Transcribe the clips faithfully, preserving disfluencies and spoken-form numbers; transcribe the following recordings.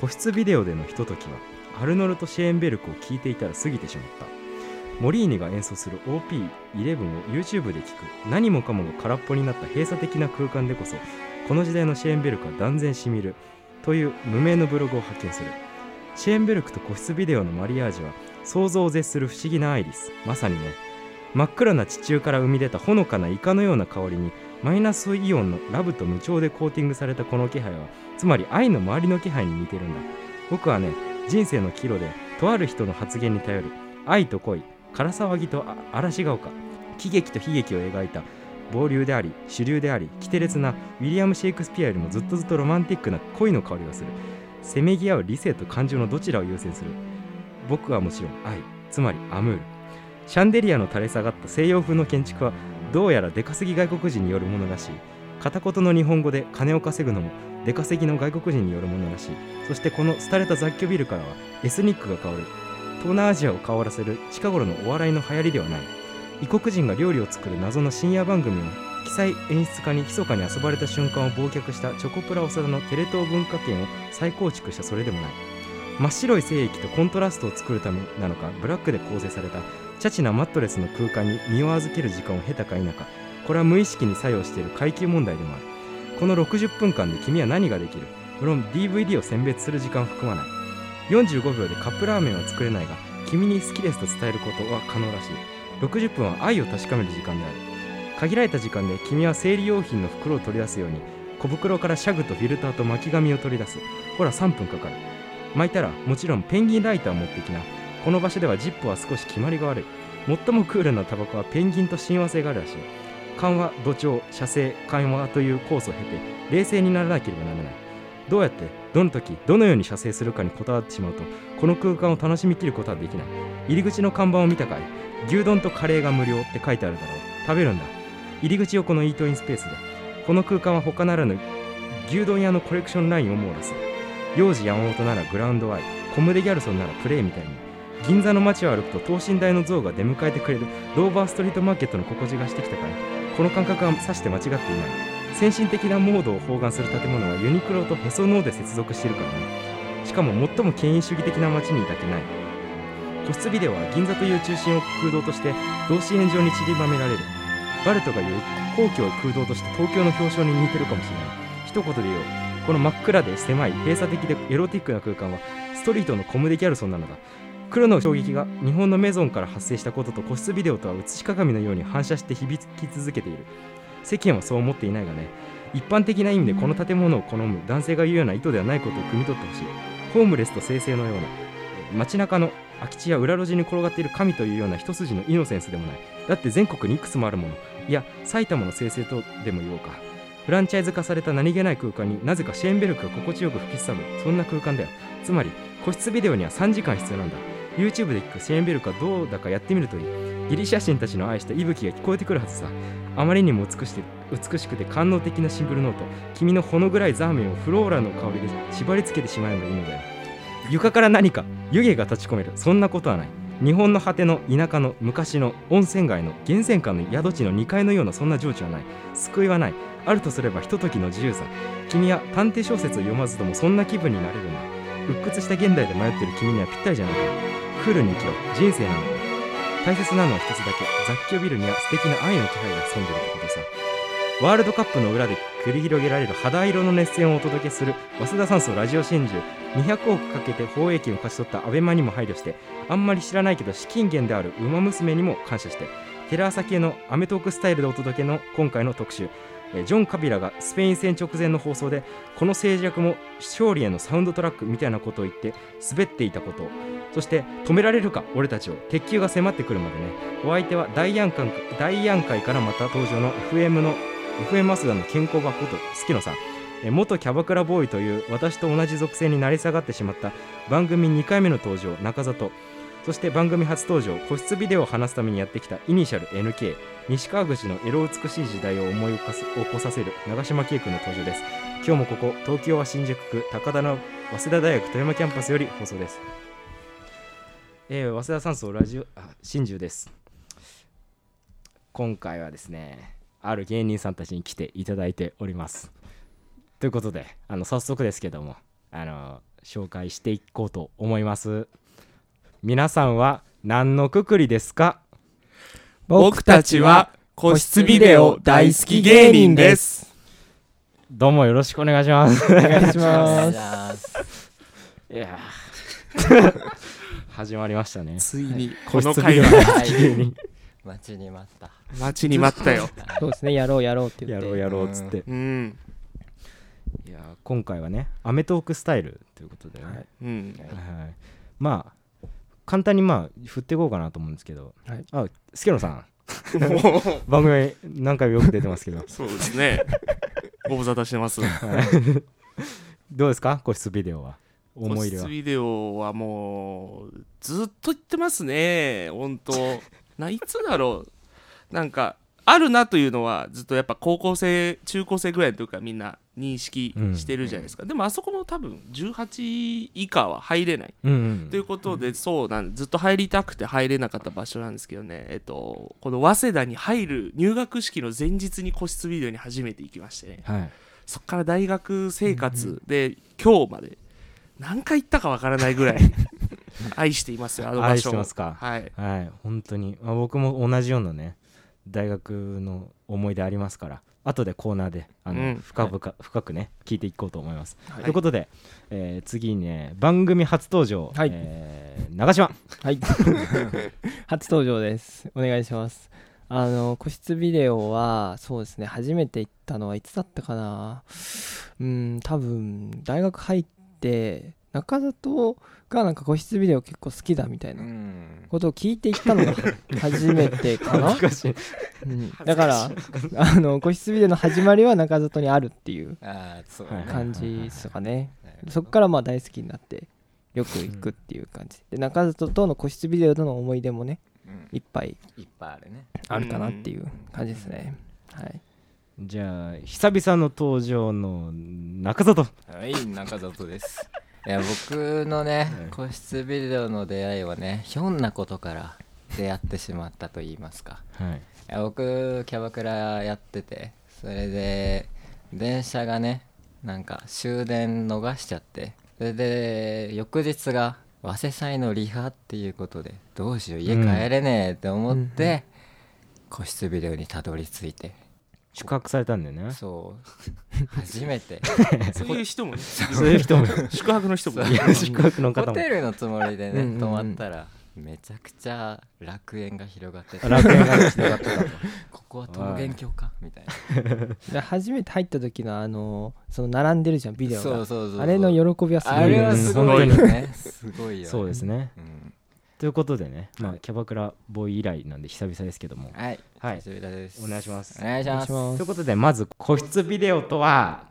個室ビデオでのひとときはアルノルト・シェーンベルクを聴いていたら過ぎてしまった。モリーニが演奏する オーピーイレブン を YouTube で聴く何もかもが空っぽになった閉鎖的な空間でこそこの時代のシェーンベルクは断然しみるという無名のブログを発見する。シェーンベルクと個室ビデオのマリアージュは想像を絶する不思議なアイリス。まさにね、真っ暗な地中から生み出たほのかなイカのような香りにマイナスイオンのラブと無調でコーティングされたこの気配はつまり愛の周りの気配に似てるんだ。僕はね、人生の岐路でとある人の発言に頼る愛と恋、から騒ぎと嵐が丘、喜劇と悲劇を描いた暴流であり主流であり奇て烈なウィリアム・シェイクスピアよりもずっとずっとロマンティックな恋の香りがする。せめぎ合う理性と感情のどちらを優先する。僕はもちろん愛、つまりアムール。シャンデリアの垂れ下がった西洋風の建築はどうやら出稼ぎ外国人によるものらしい。片言の日本語で金を稼ぐのも出稼ぎの外国人によるものらしい。そしてこの廃れた雑居ビルからはエスニックが香る。東南アジアを香らせる近頃のお笑いの流行りではない。異国人が料理を作る謎の深夜番組を記載演出家に密かに遊ばれた瞬間を忘却したチョコプラ長田のテレ東文化圏を再構築したそれでもない。真っ白い精液とコントラストを作るためなのかブラックで構成されたチャチなマットレスの空間に身を預ける時間を経たか否か、これは無意識に作用している階級問題でもある。このろくじゅっぷんかんで君は何ができる。無論 ディーブイディー を選別する時間を含まない。よんじゅうごびょうでカップラーメンは作れないが君に好きですと伝えることは可能らしい。ろくじゅっぷんは愛を確かめる時間である。限られた時間で君は生理用品の袋を取り出すように小袋からシャグとフィルターと巻き紙を取り出す。ほらさんぷんかかる。巻いたらもちろんペンギンライターを持ってきな。この場所ではジップは少し決まりが悪い。最もクールなタバコはペンギンと親和性があるらしい。緩和、土調、射精、緩和というコースを経て冷静にならなければならない。どうやってどの時どのように射精するかにこだわってしまうとこの空間を楽しみきることはできない。入り口の看板を見たかい。牛丼とカレーが無料って書いてあるだろう。食べるんだ。入り口横のイートインスペースで。この空間は他ならぬ牛丼屋のコレクションラインを網羅する。幼児山本ならグラウンドアイ、コムデギャルソンならプレイみたいに銀座の街を歩くと等身大の像が出迎えてくれるドーバーストリートマーケットの心地がしてきたから、この感覚はさして間違っていない。先進的なモードを包含する建物はユニクロとへその緒で接続しているからね。しかも最も権威主義的な街にだけない。個室ビデオは銀座という中心を空洞として同心円状に散りばめられる。バルトが言う皇居を空洞として東京の表彰に似てるかもしれない。一言で言おう。この真っ暗で狭い閉鎖的でエロティックな空間はストリートのコムデギャルソンなのだ。黒の衝撃が日本のメゾンから発生したことと個室ビデオとは映し鏡のように反射して響き続けている。世間はそう思っていないがね。一般的な意味でこの建物を好む男性が言うような意図ではないことを汲み取ってほしい。ホームレスと生成のような街中の空き地や裏路地に転がっている神というような一筋のイノセンスでもない。だって全国にいくつもあるもの、いや埼玉の生成とでも言おうか。フランチャイズ化された何気ない空間になぜかシェーンベルクが心地よく吹きすさぶ、そんな空間だよ。つまり個室ビデオにはさんじかん必要なんだ。 YouTube で聞くシェーンベルクはどうだかやってみるといい。ギリシャ人たちの愛した息吹が聞こえてくるはずさ。あまりにも美しくて美しくて官能的なシングルノート、君のほの暗いザーメンをフローラの香りで縛り付けてしまえばいいのだよ。床から何か湯気が立ち込める。そんなことはない。日本の果ての田舎の昔の温泉街の源泉館の宿地のにかいのようなそんな情緒はない。救いはない。あるとすればひとときの自由さ。君は探偵小説を読まずともそんな気分になれるんだ。鬱屈した現代で迷っている君にはぴったりじゃないか。クールに生きよう。人生なんだ。大切なのは一つだけ。雑居ビルには素敵な愛の気配が潜んでいるってことさ。ワールドカップの裏で繰り広げられる肌色の熱戦をお届けする早稲田山荘ラジオ真珠。にひゃくおくかけて放映権を勝ち取ったアベマにも配慮して、あんまり知らないけど資金源であるウマ娘にも感謝して、テレ朝系のアメトークスタイルでお届けの今回の特集、ジョン・カビラがスペイン戦直前の放送でこの静寂も勝利へのサウンドトラックみたいなことを言って滑っていたこと、そして止められるか俺たちを、鉄球が迫ってくるまでね。お相手は大ヤンカン大ヤン会からまた登場の エフエム の エフエム マスダの健康箱と月野さん、元キャバクラボーイという私と同じ属性になり下がってしまった番組にかいめの登場中里、そして番組初登場個室ビデオを話すためにやってきたイニシャル エヌケー、 西川口のエロ美しい時代を思い起こす起こさせる長島圭君の登場です。今日もここ東京は新宿区高田の早稲田大学富山キャンパスより放送です。えー、早稲田山荘ラジオあ真珠です。今回はですね、ある芸人さんたちに来ていただいております。ということで、あの早速ですけども、あの紹介していこうと思います。皆さんは何のくくりですか？ 僕たちは個室ビデオ大好き芸人です。 どうもよろしくお願いします。 お願いします。 いや始まりましたね。 ついに個この室ビデオ回が大好き芸人待ちに待った。 待ちに待ったよ。 そうですね、やろうやろうって言ってやろうやろうっつって、 うんいや今回はねアメトーークスタイルということでね、はいうんはいまあ簡単にまあ振っていこうかなと思うんですけど、 はい、 あスケロさん番組何回もよく出てますけどそうですねご無沙汰してます。 はいどうですか個室ビデオは思い入れは？ 個室ビデオはもうずっと言ってますね。本当ないつだろう、なんかあるなというのはずっとやっぱ高校生中高生ぐらいの時からみんな認識してるじゃないですか、うん、でもあそこも多分じゅうはち以下は入れない、 うんうん、 ということで、そうなんずっと入りたくて入れなかった場所なんですけどね、えっと、この早稲田に入る入学式の前日に個室ビデオに初めて行きましてね、 はい、 そっから大学生活で、うんうん、今日まで何回行ったかわからないぐらい愛していますよ、あの場所。 愛してますか？ はい、 はい、本当に、まあ、僕も同じようなね大学の思い出ありますから、後でコーナーであの、うん、深々、はい、深くね聞いていこうと思います、はい、ということで、えー、次にね番組初登場、はいえー、長島はい初登場です。お願いします。あの個室ビデオはそうですね、初めて行ったのはいつだったかな、うん多分大学入って中里がなんか個室ビデオ結構好きだみたいなことを聞いていったのが初めてかなうん、だからあの個室ビデオの始まりは中里にあるっていう感じですかね。そこからまあ大好きになってよく行くっていう感じで、中里との個室ビデオとの思い出もね、うん、いっぱいいっぱいあるね、 あるかなっていう感じですね、うん、はい。 じゃあ久々の登場の中里。 はい中里ですいや僕のね、はい、個室ビデオの出会いはねひょんなことから出会ってしまったと言いますか、はい、いや僕キャバクラやってて、それで電車がねなんか終電逃しちゃって、それで翌日が早稲祭のリハっていうことでどうしよう家帰れねえって思って、うんうん、個室ビデオにたどり着いて宿泊されたんだよね。 そう初めてそういう人もねそういう人も宿泊の人も宿泊の方もホテルのつもりでね、うんうんうん、泊まったらめちゃくちゃ楽園が広がってた。 楽園が広がってたここは桃源郷かみたいな初めて入った時のあのその並んでるじゃんビデオが、 そうそうそうそう、 あれの喜びはすごい、ね、 あれはすごいよねすごいよね。 そうですね、うんということでね、まあ、キャバクラボーイ以来なんで久々ですけども、 はい、 はい、 久々です。 お願いします。 お願いします。 ということでまず個室ビデオとは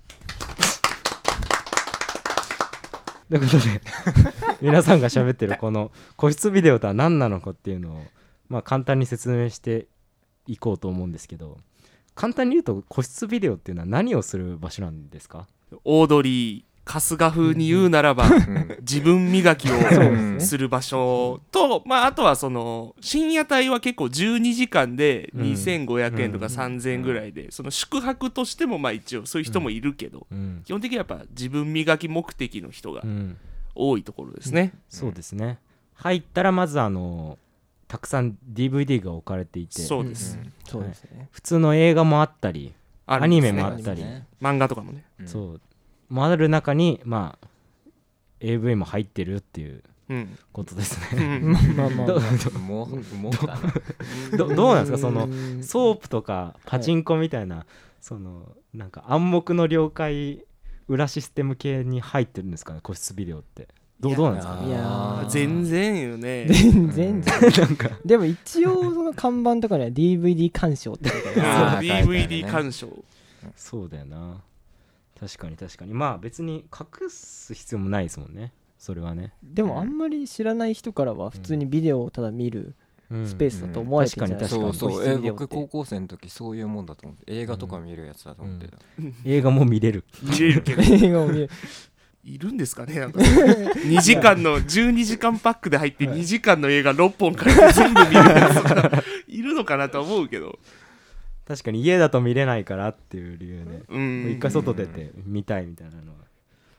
ということで皆さんが喋ってるこの個室ビデオとは何なのかっていうのを、まあ、簡単に説明していこうと思うんですけど、簡単に言うと個室ビデオっていうのは何をする場所なんですか？ オードリー春日風に言うならば、うん、自分磨きをする場所と、まあ、あとはその深夜帯は結構じゅうにじかんでにせんごひゃくえんとかさんぜんえんぐらいで、その宿泊としてもまあ一応そういう人もいるけど、うん、基本的にはやっぱ自分磨き目的の人が多いところですね、 うん、そうですね。入ったらまずあのたくさん ディーブイディー が置かれていて、 そうです、 うん、そうですね、 普通の映画もあったりアニメもあったり、 ね、漫画とかもね、 うん、そうもある中にまあ エーブイ も入ってるっていうことですね、うん、 まあまあまあもうもうかなどどうなんですか、そのソープとかパチンコみたいな、はい、そのなんか暗黙の了解裏システム系に入ってるんですかね、個室ビデオって。どうどうなんですか？ いや全然よね全然なんかでも一応その看板とかには ディーブイディー 鑑賞って書いてあるディーブイディー 鑑賞、 そうだよな、確かに確かに。まあ別に隠す必要もないですもんね、それはね。 でもあんまり知らない人からは普通にビデオをただ見るスペースだと思われてるんじゃないですか、 うんうん、そうそう、えー、僕高校生の時そういうもんだと思って映画とか見るやつだと思ってた、 うんうん、映画も見れる見れるけど映画も見れるいるんですかね、なんかにじかんのじゅうにじかんパックで入ってにじかんの映画ろっぽんから全部見るやつとかいるのかなと思うけど、 確かに家だと見れないからっていう理由で、うん、一回外出て見たいみたいなのは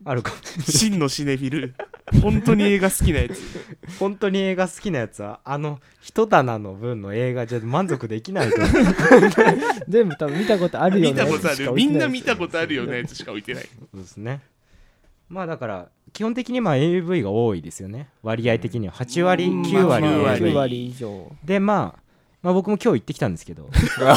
あるかもしれない。 真のシネフィル本当に映画好きなやつ本当に映画好きなやつはあの一棚の分の映画じゃ満足できないと全部多分見たことあるよね見たことあるみんな見たことあるようなやつしか置いてない。 そうですね。まあだから基本的にまあ エーブイ が多いですよね、割合的にははち割うんきゅう割まあきゅう割エーブイきゅう割以上で、まあ、まあ僕も今日行ってきたんですけど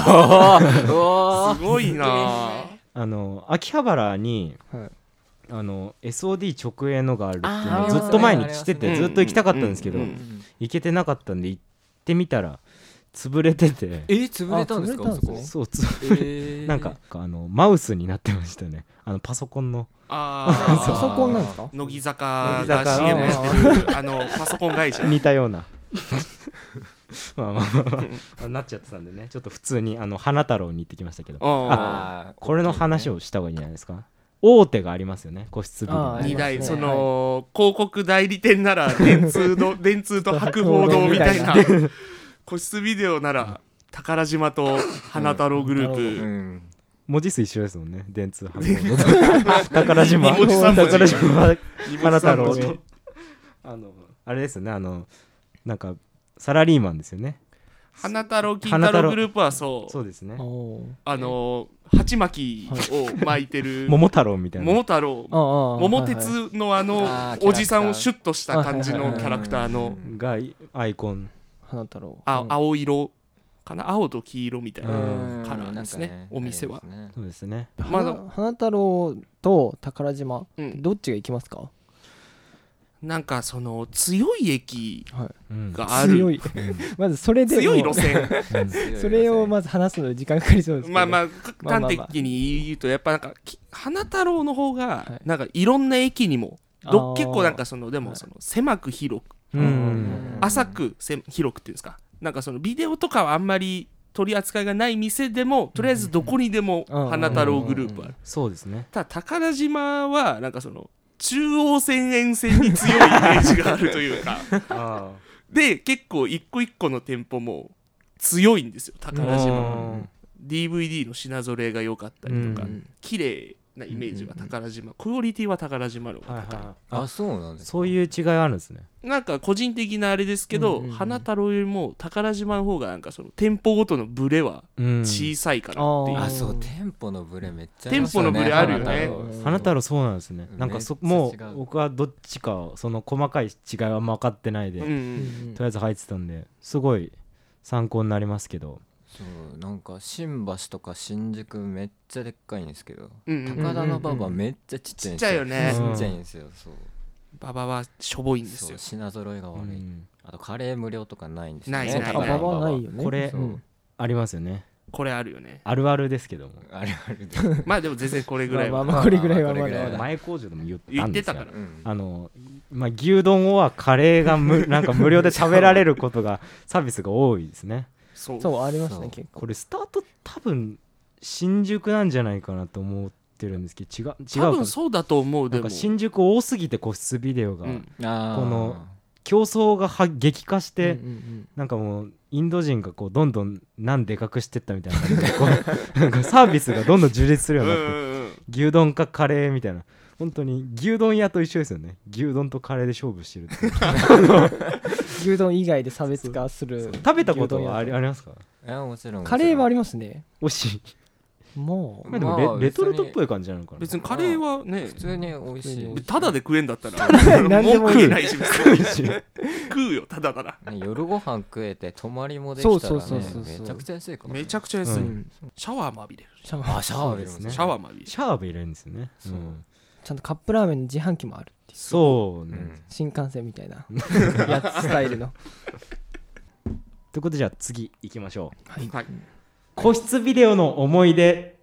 すごいなあの秋葉原に、 はい、 あの エスオーディー 直営のがあるっていうのあーをずっと前にしてて、 ありますねずっと行きたかったんですけど、 うんうんうん行けてなかったんで行ってみたら潰れてて、 え潰れたんですかあ潰れたんですねそうつえーなんかあのマウスになってましたね、あのパソコンの。 あパソコンなんですか？ 乃木坂が乃木坂シーエム やってるあのパソコン会社似たようなまあまあまあ、まあ、なっちゃってたんでね、ちょっと普通にあの花太郎に行ってきましたけど、 ああーこれの話をした方がいいんじゃないですか。大手がありますよね、個室ビデオあー二大、 ありますねその、広告代理店なら電通の電通と博報堂みたいな個室ビデオなら宝島と花太郎グループ、 うん文字数一緒ですもんね、電通博報堂宝島二文字三文字宝島花二文字三文字太郎あのあれですよね、あのなんかサラリーマンですよね。 花太郎金太郎グループはそうそうですね、 おーあの鉢巻きを巻いてる桃太郎みたいな。 桃太郎ああ桃はいはい鉄のあのあーおじさんをシュッとした感じのキャラクターのがアイコン。 花太郎あうん青色かな、青と黄色みたいなうんカラーですね、 なんかお店はありますねそうですね。 まだ花花太郎と宝島うんどっちが行きますか？ なんかその強い駅うんがある強いまずそれでも強い路線うんそれをまず話すのに時間かかりそうですけどまあまあまあまあ端的に言うとやっぱなんかき花太郎の方がはいなんかいろんな駅にもあーど結構なんかそのでもその狭く広くううんん浅くせ広くっていうんですか、なんかそのビデオとかはあんまり取り扱いがない店でもとりあえずどこにでも花太郎グループある。 そうですね。 ただ宝島はなんかその中央線沿線に強いイメージがあるというかあで結構一個一個の店舗も強いんですよ宝島は。 うんディーブイディー の品揃えが良かったりとか、 うん綺麗なイメージは宝島、クオリティは宝島の方が高い、 はいはい、 あそうなんですかそういう違いあるんですね。 なんか個人的なあれですけど、 うんうんうん花太郎よりも宝島の方がなんかその店舗ごとのブレはうん小さいかなっていう、 うんあそう店舗のブレめっちゃ店舗のブレあるよね花太郎花太郎そうなんですね。なんかそもめっちゃ違うう僕はどっちかその細かい違いは分かってないで、 うんうんとりあえず入ってたんですごい参考になりますけど。 そうなんか新橋とか新宿めっちゃでっかいんですけどうんうん高田馬場めっちゃちっちゃいんですよちっちゃいよねちっちゃいんですよそう馬場はしょぼいんですよそう品揃えが悪いうんあとカレー無料とかないんですよねないないあない馬場ないよねこれうんありますよね。 これあるよね。 あるあるですけども。 あれあれでまあでも全然これぐらいはまあまあまあこれぐらいはまこれぐらいはだまだ前工場でも言ったんですよ言ってたから。 うんあの、まあ、牛丼はカレーがむなんか無料で食べられることがサービスが多いですね。 そうそうありますそうね結構これスタート多分新宿なんじゃないかなと思ってるんですけど違う違多うか分そうだと思う。でもなんか新宿多すぎて個室ビデオが、 うんあーこの競争がは激化して、 うんうんなんかもうインド人がこうどんどん何でかくしてったみたいな感じでこうなんかサービスがどんどん充実するよううんになって、 うんうん牛丼かカレーみたいな本当に牛丼屋と一緒ですよね。牛丼とカレーで勝負してるって牛丼以外で差別化する食べたことはあり牛丼屋ありますか？ いやもちろんカレーはありりますね惜しい。 もうまあでもレ,、 まあレトルトっぽい感じなのかな。 別にカレーはね普通に美味しいただで食えんだったら何でも文句言えないし別に食うよただならね夜ご飯食えて泊まりもできたらそうそうそうそうねめちゃくちゃ安いかもしれないめちゃくちゃ安い、 うんシャワーも浴びれるシャワーあシャワー浴びれますそうですねシャワーも浴びれるシャワー入れるんですよね。 そううんちゃんとカップラーメンの自販機もあるっていうそうね、 うん新幹線みたいなやつスタイルのということでじゃあ次行きましょう。 はいはい個室ビデオの思い出。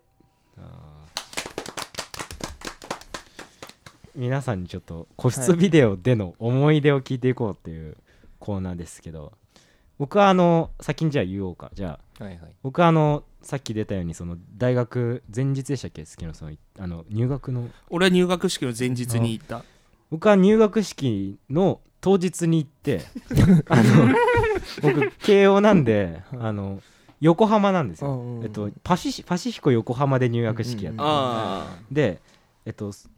皆さんにちょっと個室ビデオでの思い出を聞いていこうっていうコーナーですけど、僕はあの先にじゃあ言おうか。じゃあはいはい僕はあのさっき出たようにその大学前日でしたっけ、好きなそのあの入学の俺は入学式の前日に行った僕は入学式の当日に行ってあの僕慶応なんであの横浜なんですよ、 うんうんうんえっと、パシパシフィコ横浜で入学式やって、 うんうんあで、えっと、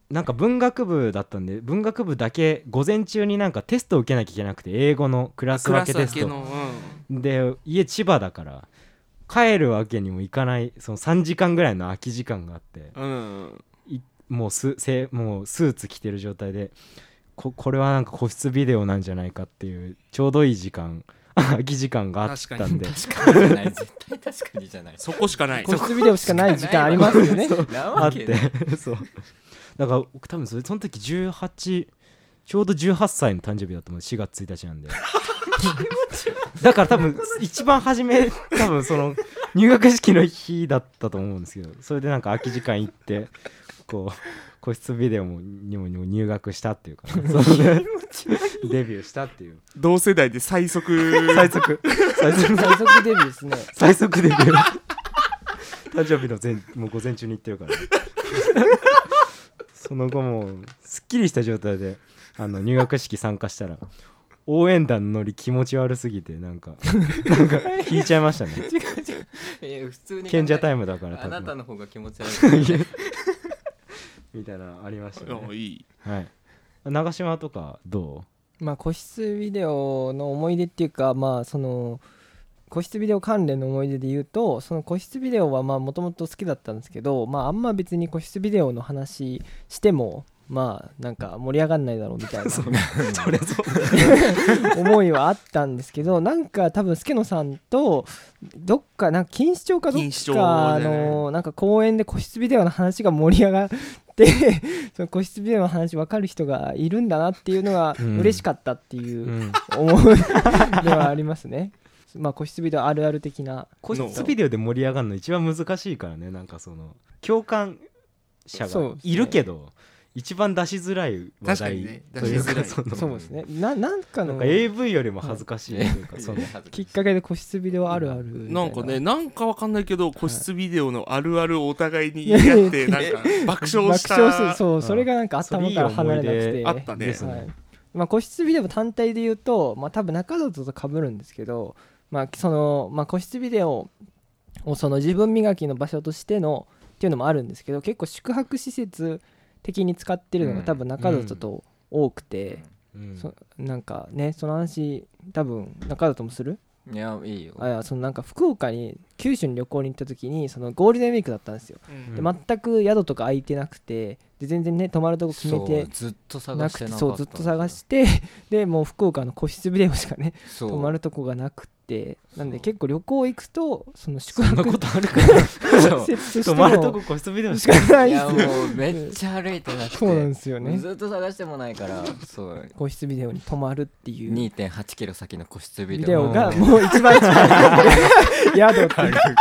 なんか文学部だったんで文学部だけ午前中になんかテストを受けなきゃいけなくて英語のクラス分けテストの、 うん、で家千葉だから帰るわけにもいかないそのさんじかんぐらいの空き時間があって、 うん、 もうスせもうスーツ着てる状態で こ, これはなんか個室ビデオなんじゃないかっていうちょうどいい時間空き時間があったんで確かに確かにじゃない絶対確かにじゃないそこしかない個室ビデオしかない時間ありますよねあってそうだから僕多分それその時じゅうはちちょうどじゅうはっさいの誕生日だったもんしがつついたちなんでだから多分一番初め多分その入学式の日だったと思うんですけどそれでなんか空き時間行ってこう個室ビデオもにも入学したっていうかその、ね、デビューしたっていう同世代で最速最速最速最速デビューですね最速デビュー誕生日の前もう午前中に行ってるから、ね、その後もすっきりした状態であの入学式参加したら応援団のノリ気持ち悪すぎてなんかなんか引いちゃいましたね違う違ういや普通に賢者タイムだからあなたの方が気持ち悪いみたいなのありましたね。 いい、 はい、長島とかどう？まあ個室ビデオの思い出っていうかまあその個室ビデオ関連の思い出で言うとその個室ビデオはまあもともと好きだったんですけどまああんま別に個室ビデオの話してもまあなんか盛り上がんないだろうみたいなそれそう思いはあったんですけどなんか多分助野さんとどっかなんか錦糸町かどっかのなんか公園で個室ビデオの話が盛り上がってその個室ビデオの話分かる人がいるんだなっていうのが嬉しかったっていう思いではありますね。まあ個室ビデオあるある的な個室ビデオで盛り上がるの一番難しいからねなんかその共感者がいるけど一番出しづらい話題というかそうですねななんかのなんか エーブイ よりも恥ずかしいというかそのきっかけで個室ビデオあるあるみたいななんかねなんかわかんないけど個室ビデオのあるあるをお互いに言い合ってなんか爆笑した爆笑するそうそれがなんか頭から離れなくてあったね、 はいまあ、個室ビデオ単体で言うと、まあ、多分中里と被るんですけど、まあそのまあ、個室ビデオをその自分磨きの場所としてのっていうのもあるんですけど結構宿泊施設的に使ってるのが多分中里と多くて、うんうん、そなんかねその話多分中里もする？ いやいいよあいやそのなんか福岡に九州に旅行に行った時にそのゴールデンウィークだったんですよ、うん、で全く宿とか空いてなくてで全然ね泊まるとこ決めてずっと探してなかったそうずっと探してでもう福岡の個室ビデオしかね泊まるとこがなくてなんで結構旅行行くとその宿泊そんなことあるから泊まるとこ個室ビデオしかないいやもうめっちゃ歩いてなくてそうなんですよねずっと探してもないからそう個室ビデオに泊まるっていうにてんはちキロ先の個室ビデオビデオがもう一番近い宿って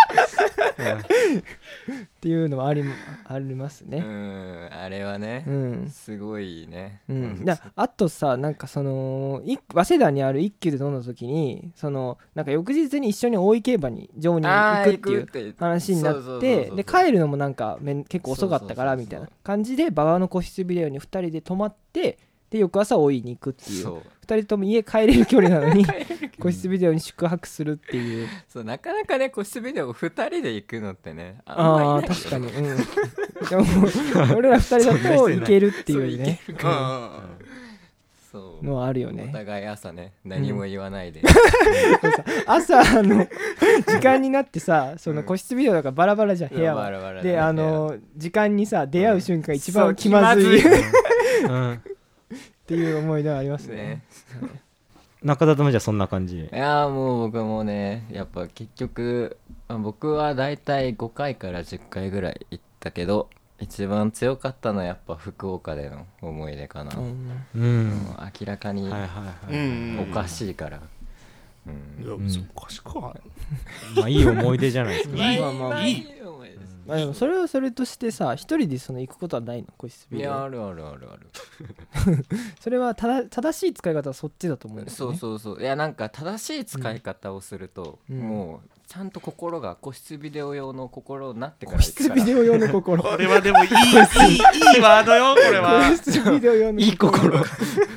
っていうのはあり、ありますね。 うんあれはね、うん、すごいね、 うん、あとさなんかその早稲田にある一休で飲んだ時にそのなんか翌日に一緒に大井競馬に場に行くっていう話になってで帰るのもなんかめん結構遅かったからみたいな感じで馬場の個室ビデオにふたりで泊まってで翌朝大井に行くっていうふたりとも家帰れる距離なのに個室ビデオに宿泊するっていうそうなかなかね個室ビデオふたりで行くのってねあんまりないよね。 あ確かに、うん、でも俺らふたりだと行けるっていうねそうのはあるよね。 お互い朝ね何も言わないで、 うん、朝の時間になってさその個室ビデオだからバラバラじゃん部屋は、うん、であの時間にさ出会う瞬間一番気まずい、うん、っていう思い出はありますね。ね中田ともじゃあそんな感じ？ いやもう僕もねやっぱ結局僕はだいたいごかいからじゅっかいぐらい行ったけど一番強かったのはやっぱ福岡での思い出かな、うんうん、明らかにおかしいから、 うん、いや別におかしくはまあいい思い出じゃないですか。 いいまあまあいいまあ、でもそれはそれとしてさ一人でその行くことはないの個室ビデオ？ いやあるあるあるあるそれはただ正しい使い方はそっちだと思うんですよね。 そうそうそういやなんか正しい使い方をすると、うん、もうちゃんと心が個室ビデオ用の心になってから個室ビデオ用の心これはでもいいいいいいワードよこれは個室ビデオ用のいい心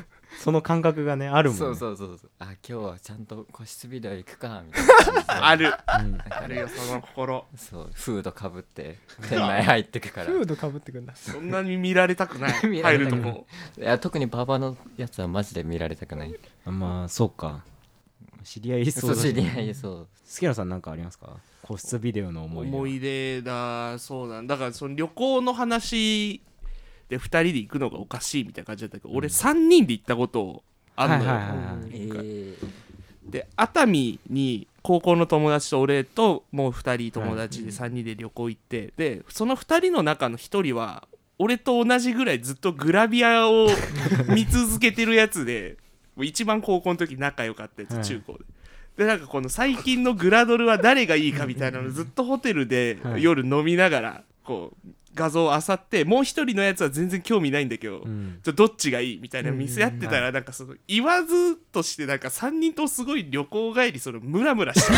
その感覚がねあるもんね。 そうそうそうそう、あ今日はちゃんと個室ビデオ行くかみたいな感じである、 なんかあるよその心。 そうフードかぶって店内入ってくからフードかぶってくんだ。 そんなに見られたくない見られたくない入るとこ。 いや特に馬場のやつはマジで見られたくない。 まあそうか、知り合いそうだし知り合いそう。 スケロさんなんかありますか？個室ビデオの思い出。 思い出だ。そうなんだからその旅行の話でふたりで行くのがおかしいみたいな感じだったけど、うん、俺さんにんで行ったことあるのよ、はいはいはいはい、 えー、で熱海に高校の友達と俺ともうふたり友達でさんにんで旅行行って、はい、でそのふたりの中のひとりは俺と同じぐらいずっとグラビアを見続けてるやつでもう一番高校の時仲良かったやつ、はい、中高ででなんかこの最近のグラドルは誰がいいかみたいなのずっとホテルで夜飲みながらこう画像を漁って、もう一人のやつは全然興味ないんだけど、うん、ちょどっちがいいみたいな見せ合ってたら、なんかその言わずとしてなんかさんにんとすごい旅行帰りそのムラムラして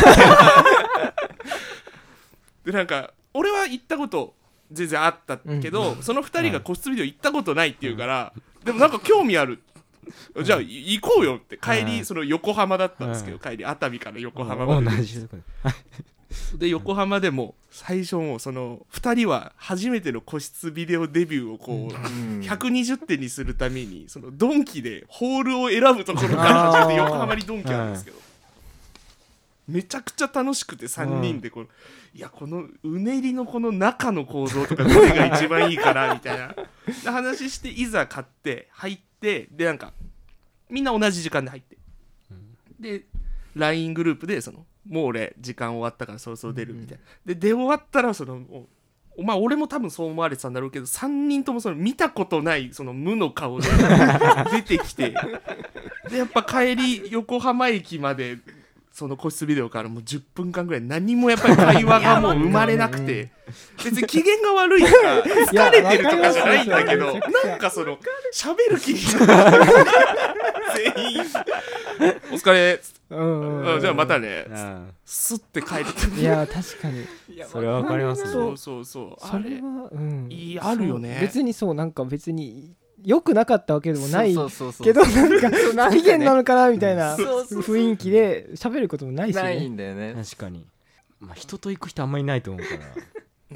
でなんか俺は行ったこと全然あったけど、うん、そのふたりが個室ビデオ行ったことないって言うから、うん、でもなんか興味ある、うん、じゃあ行こうよって帰り、うん、その横浜だったんですけど、うん、帰り熱海から横浜まで、 同じで横浜でも最初もそのふたりは初めての個室ビデオデビューをこうひゃくにじゅってんにするためにそのドンキでホールを選ぶところから始めて、横浜にドンキあるんですけどめちゃくちゃ楽しくてさんにんでこのいやこのうねりのこの中の構造とかどれが一番いいかなみたいな話して、いざ買って入ってでなんかみんな同じ時間で入ってで ライン グループでそのもう俺時間終わったからそろそろ出るみたいな、うん、で出終わったらそのおまあ俺も多分そう思われてたんだろうけどさんにんともその見たことないその無の顔で出てきてでやっぱ帰り横浜駅までその個室ビデオからもうじゅっぷんかんぐらい何もやっぱり会話がもう生まれなくて別に機嫌が悪いとか疲れてるとかじゃないんだけどなんかその喋る気になる全員お疲れうんうん、じゃあまたねスッて帰っていや確かにそれは分かりますね。 そうそうそうそれは、うん、 いいあるよね。 別にそうなんか別に良くなかったわけでもないけどなんか不機嫌なのかなみたいな雰囲気で喋ることもないしね。 ないんだよね。 確かに、まあ、人と行く人あんまりいないと思うからうん、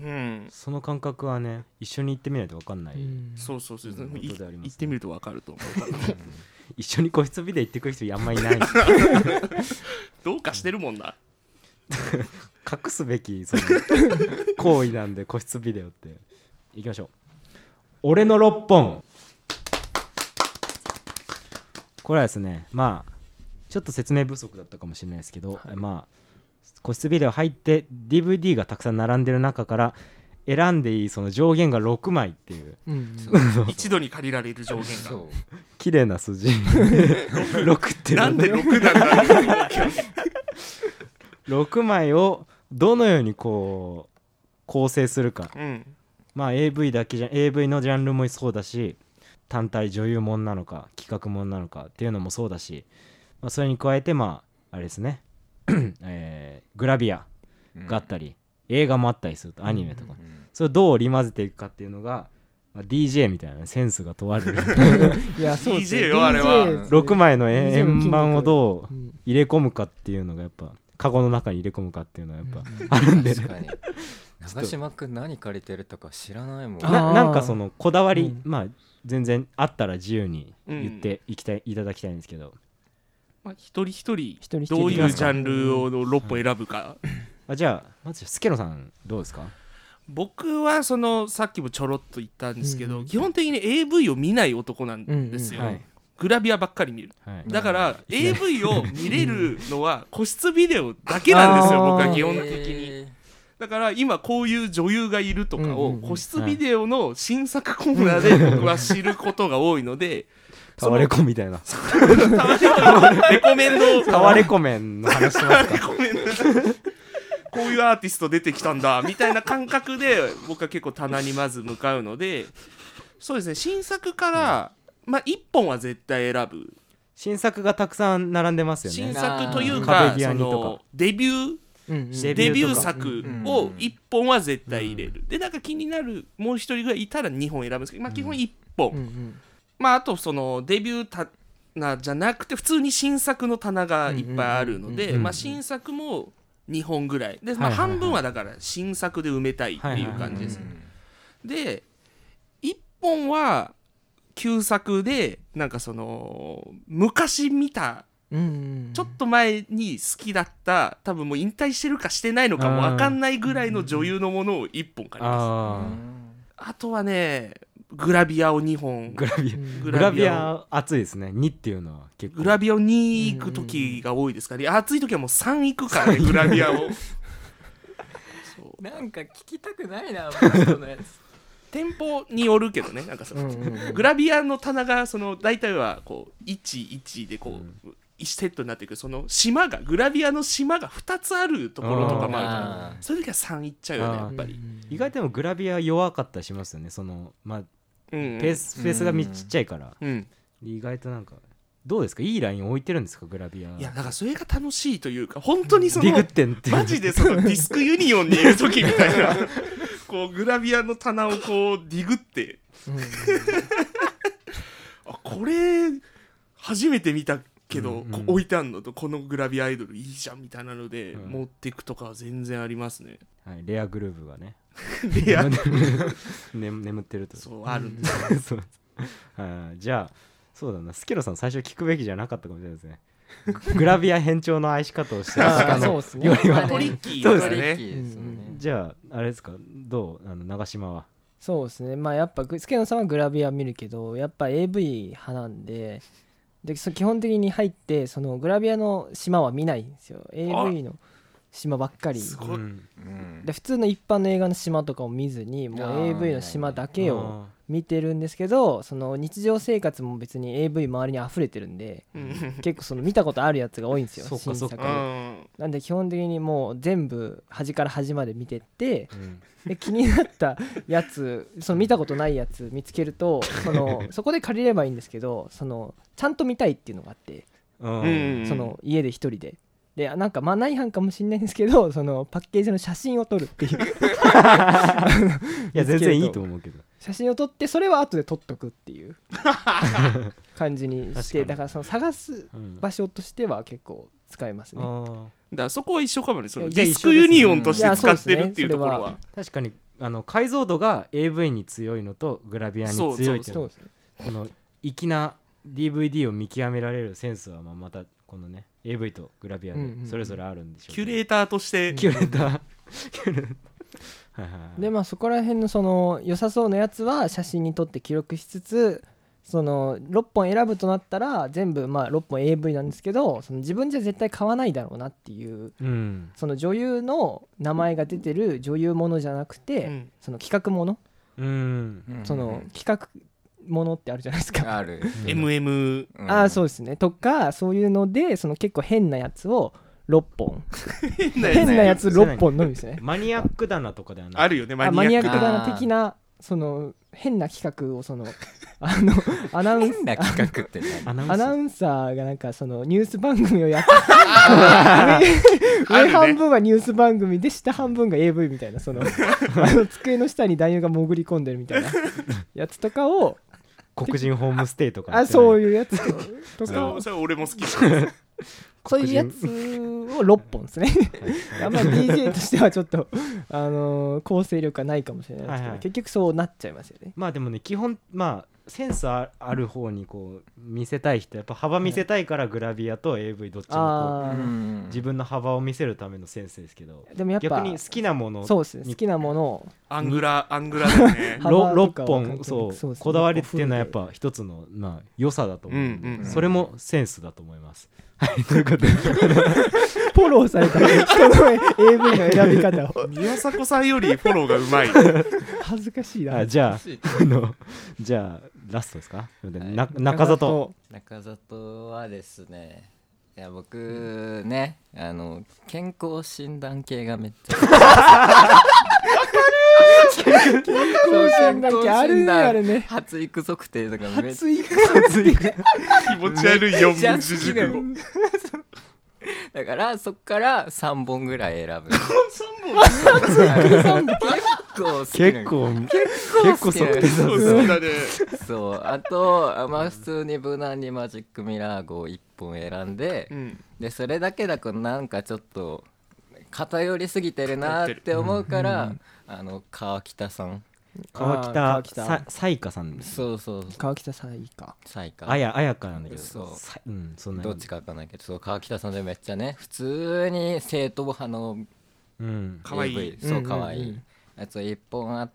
その感覚はね一緒に行ってみないと分かんない、うん、 そうそうそう、うん、行ってみると分かると思うから一緒に個室ビデオ行ってくる人あんまりいないどうかしてるもんな隠すべきその行為なんで個室ビデオっていきましょう。俺のろっぽん、これはですねまあちょっと説明不足だったかもしれないですけど、はい、まあ個室ビデオ入って ディーブイディー がたくさん並んでる中から選んでいいその上限がろくまいっていう、うんうん、一度に借りられる上限が綺麗な数字ろくってなんでろくなんだろくまいをどのようにこう構成するか、うん、まあ エーブイ だけじゃ エーブイ のジャンルもそうだし単体女優もんなのか企画もんなのかっていうのもそうだし、まあ、それに加えてまああれですねえー、グラビアがあったり、うん、映画もあったりするとアニメとか、うんうん、それをどう織り交ぜていくかっていうのが、まあ、ディージェー みたいな、ね、センスが問われるいやそうですねディージェー よあれはろくまいの円盤をどう入れ込むかっていうのがやっぱカゴの中に入れ込むかっていうのはやっぱあるんで、ね、確かに長島くん何借りてるとか知らないもん。 な, なんかそのこだわり、うん、まあ全然あったら自由に言っていきたい、うん、いただきたいんですけど、 まあ、一人一人どういうジャンルをろっぽん選ぶか、 うん、あじゃあまずスケロさんどうですか？ 僕はそのさっきもちょろっと言ったんですけど、うん、基本的に エーブイ を見ない男なんですよ、うんうんはい、グラビアばっかり見る、はい、だから エーブイ を見れるのは個室ビデオだけなんですよ僕は基本的に。だから今こういう女優がいるとかを個室ビデオの新作コーナーで僕は知ることが多いのでタワレコみたいなタワレコメンのタワレコメンの話しますかこういうアーティスト出てきたんだみたいな感覚で僕は結構棚にまず向かうので、そうですね新作から、うん、まあいっぽんは絶対選ぶ。 新作がたくさん並んでますよね。 新作というかそのデビューうんうん、デビュー作をいっぽんは絶対入れる、うんうん、でなんか気になるもう一人ぐらいいたらにほん選ぶんですけど、まあ、基本いっぽん、うんうん、まああとそのデビューたなじゃなくて普通に新作の棚がいっぱいあるので、 うんうんうんうんまあ、新作もにほんぐらいで、まあ、 はいはいはい半分はだから新作で埋めたいっていう感じです、でいっぽんは旧作でなんかその昔見たうんうんちょっと前に好きだった多分もう引退してるかしてないのかも分かんないぐらいの女優のものをいっぽん借ります。 あ, あとはねグラビアをにほんグラビアうんグラビア熱いですね。にっていうのは結構グラビアをに行く時が多いですから、ね、暑い時はもうさん行くからねグラビアをそうなんか聞きたくないなこのやつ店舗によるけどねなんかその、 うんうんうんグラビアの棚がその大体はこういちいちでこう、うんいちセットになっていくその島がグラビアの島がふたつあるところとかもあるからあーそういう時はさんいっちゃうよねあーやっぱり、 意外とでもグラビア弱かったりしますよね。そのまあうんうんペースペースがみちっちゃいから、 うん、 意外となんかどうですか、いいライン置いてるんですかグラビア。 いやだからそれが楽しいというか本当にそのディグってんってマジでそのディスクユニオンにいる時みたいなこうグラビアの棚をこうディグってうんあこれ初めて見たけど、 うんうんこう置いてあんのとこのグラビアアイドルいいじゃんみたいなので、 うん持っていくとかは全然ありますね。 はい、レアグルーヴがねレアね眠ってるとそうあるんですよそうはいじゃあそうだなスケロさん最初聞くべきじゃなかったかもしれないですねグラビア変調の愛し方をしてるあー鹿のそうですねよりはトリッキーそうですだからねトリッキーですよねじゃああれですかどうあの長島は。 そうですねまあやっぱスケノさんはグラビア見るけどやっぱ エーブイ 派なんででそ基本的に入ってそのグラビアの島は見ないんですよ エーブイ の島ばっかりすごい、 うんうんで普通の一般の映画の島とかを見ずにもうあーエーブイ の島だけを見てるんですけどその日常生活も別に エーブイ 周りに溢れてるんでうん結構その見たことあるやつが多いんですよそうかそうか新作でうんなんで基本的にもう全部端から端まで見てってうんで気になったやつその見たことないやつ見つけるとそのそこで借りればいいんですけどそのちゃんと見たいっていうのがあってうんうんその家で一人ででなんかマナー違反かもしれないんですけどそのパッケージの写真を撮るっていういや全然いいと思うけど写真を撮ってそれは後で撮っとくっていう感じにし確かにてだからその探すうん場所としては結構使えますね。 あだからそこは一緒かもねそのいやディスクユニオンとしていや使ってるっていうところそうはー確かにあの解像度が エーブイ に強いのとグラビアに強いっていうのそうですねこの粋な ディーブイディー を見極められるセンスはまあまたこのね エーブイ とグラビアでそれぞれあるんでしょうけど、 キュレーターとしてキュレーターキュレーターはいはいはいでまあそこら辺のその良さそうなやつは写真に撮って記録しつつそのろっぽん選ぶとなったら全部まあろっぽん エーブイ なんですけどその自分じゃ絶対買わないだろうなっていううんその女優の名前が出てる女優ものじゃなくて、 うんその企画もの、 うんその企画ものってあるじゃないですかある、 うんエムエムうんああそうですねとかそういうのでその結構変なやつをろっぽん変なやつ変なやつろっぽんのみですねマニアック棚とかではなあるよねマあマニニアックなアックだな的なその変な企画をそのあのアナウンス変な企画って何アナウンサーアナウンサーがなんかそのニュース番組をやって上上半分はニュース番組で下半分が エーブイ みたいなそのあの机の下に男優が潜り込んでるみたいなやつとかを黒人ホームステイとかあそうういうやつとかそうそれ俺も好きですそういうやつをろっぽんですねあんまり ディージェー としてはちょっと、あのー構成力がないかもしれないですけど、 はいはい結局そうなっちゃいますよね。 まあでもね基本まあセンスあある方にこう見せたい人やっぱ幅見せたいからグラビアと エーブイ どっちもこあー、 うんう自分の幅を見せるためのセンスですけどでもやっぱ逆に好きなものそうですね好きなものをアングラアングラだよね幅ろろっとかをぽ関係なくんそうそうですねこだわりっていうのはやっぱ一つのまあ良さだと思うんで、 うんうんそれもセンスだと思います。はいということでフォローされた人の エーブイ の選び方を宮迫さんよりフォローがうまい恥ずかしいなあじゃああのじゃあラストですか、な中里中里はですねいや僕ねあの健康診断系がめっちゃ健康診断機あるねあるね発育測定とかめっち発育測定気持ち悪い四ゃ文字熟語だからそっからさんぼんぐらい選ぶ三本三本構好き結構結構測定だそうそうだね。 そうあとあまあ普通に無難にマジックミラー号をいっぽん選んで、うん、でそれだけだとなんかちょっと偏りすぎてるなって思うから、うん、あの川北さん川北彩花さん、 そうそう川北彩花彩花あやあやかなんだけど、 そう、 うん、そんなどっちかわかんないけど、そう川北さんでめっちゃね普通に正統派の エーブイ、 かわいい、 そうかわいいやついっぽんあって、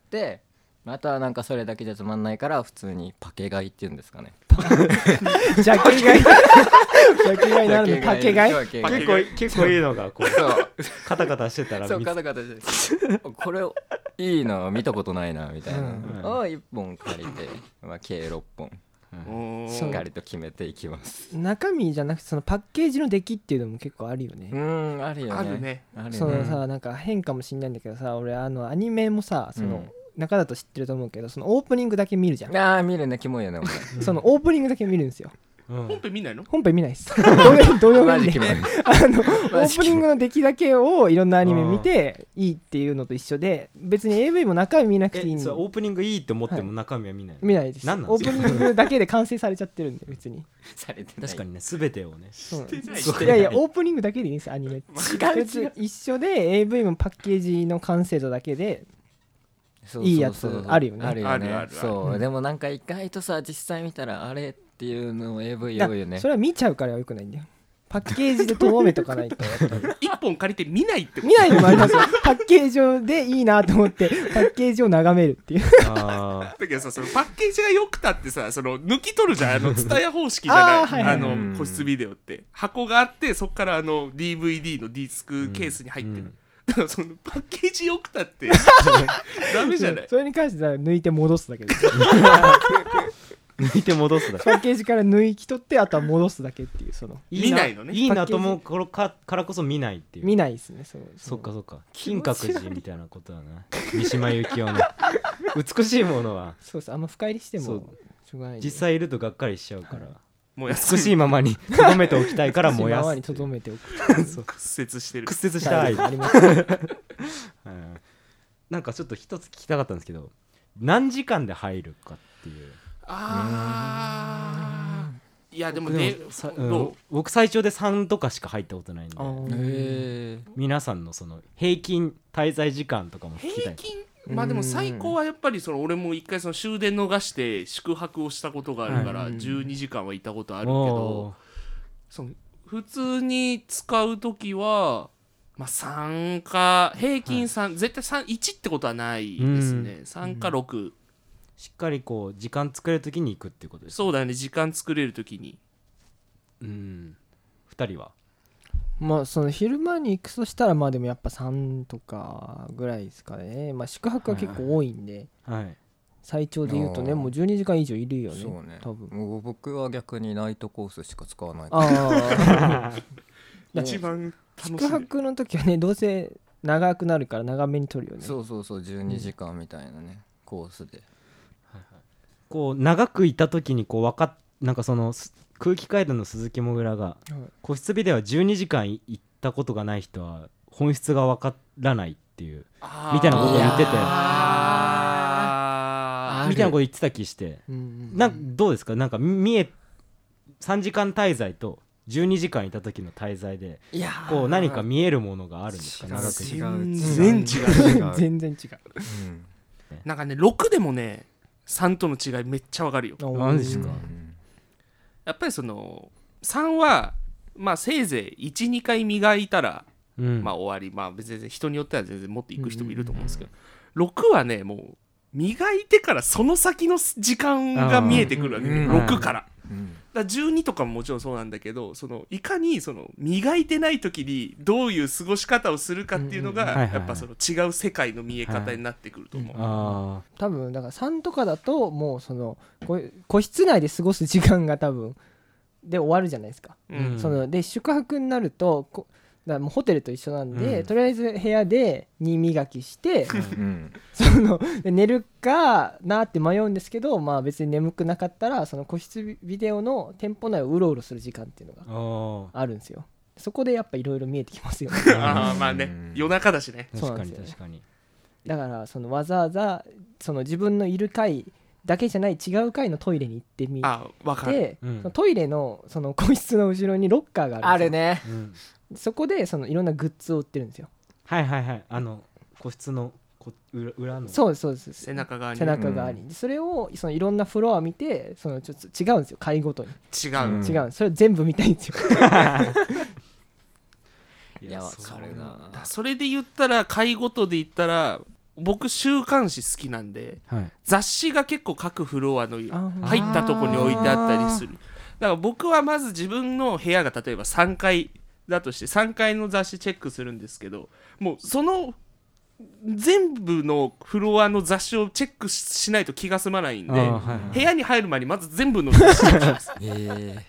あとはなんかそれだけじゃつまんないから普通にパケ買いっていうんですかね。 ジャケ買いジャケ買いなるのパケ買い結構結構いいのがこうカタカタしてたらそうカタカタしてこれいいな見たことないなみたいな、うん、をいっぽん借りて、まあ、計ろっぽん、うん、しっかりと決めていきます。 中身じゃなくてそのパッケージの出来っていうのも結構あるよね。 うんあるよね。 あるね。 あるね。 そのさなんか変かもしんないんだけどさ、俺あのアニメもさその、うん中だと知ってると思うけど、そのオープニングだけ見るじゃん。 ああ見るね、キモいよねそのオープニングだけ見るんですよ、 うん、本編見ないの？ 本編見ないっすどうでもいいんであのオープニングの出来だけをいろんなアニメ見ていいっていうのと一緒で、別に エーブイ も中身見なくていいんで。 オープニングいいって思っても中身は見ない、はい、 見ないです。 なんなんオープニングだけで完成されちゃってるんで別にされてない。 確かにね全てをねいやいやオープニングだけでいいんですアニメ違う一緒で エーブイ もパッケージの完成度だけでそうそうそういいやつあるよね。 あるよね。 あるあるそう、 うん、 でもなんか意外とさ実際見たらあれっていうのを エーブイ 多いよね。 それは見ちゃうからよくないんだよ。パッケージでとどめとかないと一本借りて見ないってこと？ 見ないのもありますよ。パッケージでいいなと思ってパッケージを眺めるっていうあだけどさ、そのパッケージが良くたってさ、その抜き取るじゃん、あのツタヤ方式じゃないあ、はいはい、あの個室ビデオって箱があってそっからあの ディーブイディー のディスクケースに入ってる、うんうん、だからそのパッケージ良くたってダメじゃない。 それに関しては抜いて戻すだけです抜いて戻すだけ。 パッケージから抜き取ってあとは戻すだけっていう、その見ないのね。 いいなと思うからこそ見ないっていう。 見ないですね。そうそっかそっか。金閣寺みたいなことだな三島由紀夫の美しいものはそうです。あんま深入りしてもしょうがない、 実際いるとがっかりしちゃうから、はい、 もう美しいままにとどめておきたいから燃やす。美しいままにとどめておくそう屈折してる屈折したい、はい、ありますなんかちょっと一つ聞きたかったんですけど、何時間で入るかっていう。 あーいやでもね僕, うん、僕最長でさんとかしか入ったことないんで、 へ皆さんのその平均滞在時間とかも聞きたい。 平均まあでも最高はやっぱりその俺も一回その終電逃して宿泊をしたことがあるからじゅうにじかんはいたことあるけど、その普通に使うときはまあさんか平均さん、はい、絶対さん、いちってことはないですね。さんかろくしっかりこう時間作れるときに行くっていうことですか？ そうだよね、時間作れるときに。 うんふたりはまあその昼間に行くとしたらまあでもやっぱさんとかぐらいですかね。まあ宿泊は結構多いんで、 はいはい、 最長で言うとねもうじゅうにじかん以上いるよね。 そうね多分もう僕は逆にナイトコースしか使わないからあ一番楽しい。 宿泊の時はねどうせ長くなるから長めに取るよね。 そうそうそうじゅうにじかんみたいなね、うん、コースでこう長くいた時にこう分かっなんかその空気階段の鈴木もぐらが、はい、個室ビデオはじゅうにじかん行ったことがない人は本質が分からないっていうみたいなことを言ってて、みたいなこと言ってた気して、うんうん、なんどうですか？なんか見えさんじかん滞在とじゅうにじかんいた時の滞在でこう何か見えるものがあるんですか？長く違う全然違う全然違う、 うん、なんかねろくでもねさんとの違いめっちゃわかるよ。 何ですか？ やっぱりそのさんはまあせいぜい いち,に 回磨いたら、うん、まあ終わり。まあ別に人によっては全然もっと行く人もいると思うんですけど、ろくはねもう磨いてからその先の時間が見えてくるわけね、ろくから。だからじゅうにとかももちろんそうなんだけど、そのいかにその磨いてない時にどういう過ごし方をするかっていうのがやっぱその違う世界の見え方になってくると思う、はいはいはい、多分だからさんとかだともうその個室内で過ごす時間が多分で終わるじゃないですか、うん、そので宿泊になるとこだからもうホテルと一緒なんで、うん、とりあえず部屋で荷磨きして、うん、その寝るかなって迷うんですけど、まあ別に眠くなかったらその個室ビデオの店舗内をうろうろする時間っていうのがあるんですよ。そこでやっぱいろいろ見えてきますよねああまあね、夜中だしね。 確かに確かに。 だからそのわざわざその自分のいる階だけじゃない違う階のトイレに行ってみあわかるて、 うんそのトイレのその個室の後ろにロッカーがあるんですよ。 あるね。 うん、 そこでそのいろんなグッズを売ってるんですよ。 はいはいはい、あの個室のこ裏裏のそうですそうです背中側に背中側に、でそれをそのいろんなフロア見てそのちょっと違うんですよ階ごとに、 違う、 うん違うそれ全部見たいんですよいやわそうかるな。 だそれで言ったら回ごとで言ったら僕週刊誌好きなんではい雑誌が結構各フロアのあー入ったとこに置いてあったりする。だから僕はまず自分の部屋が例えばさんかいだとしてさんかいの雑誌チェックするんですけど、もうその全部のフロアの雑誌をチェックしないと気が済まないんで、 あーはいはい部屋に入る前にまず全部の雑誌チェックしますえ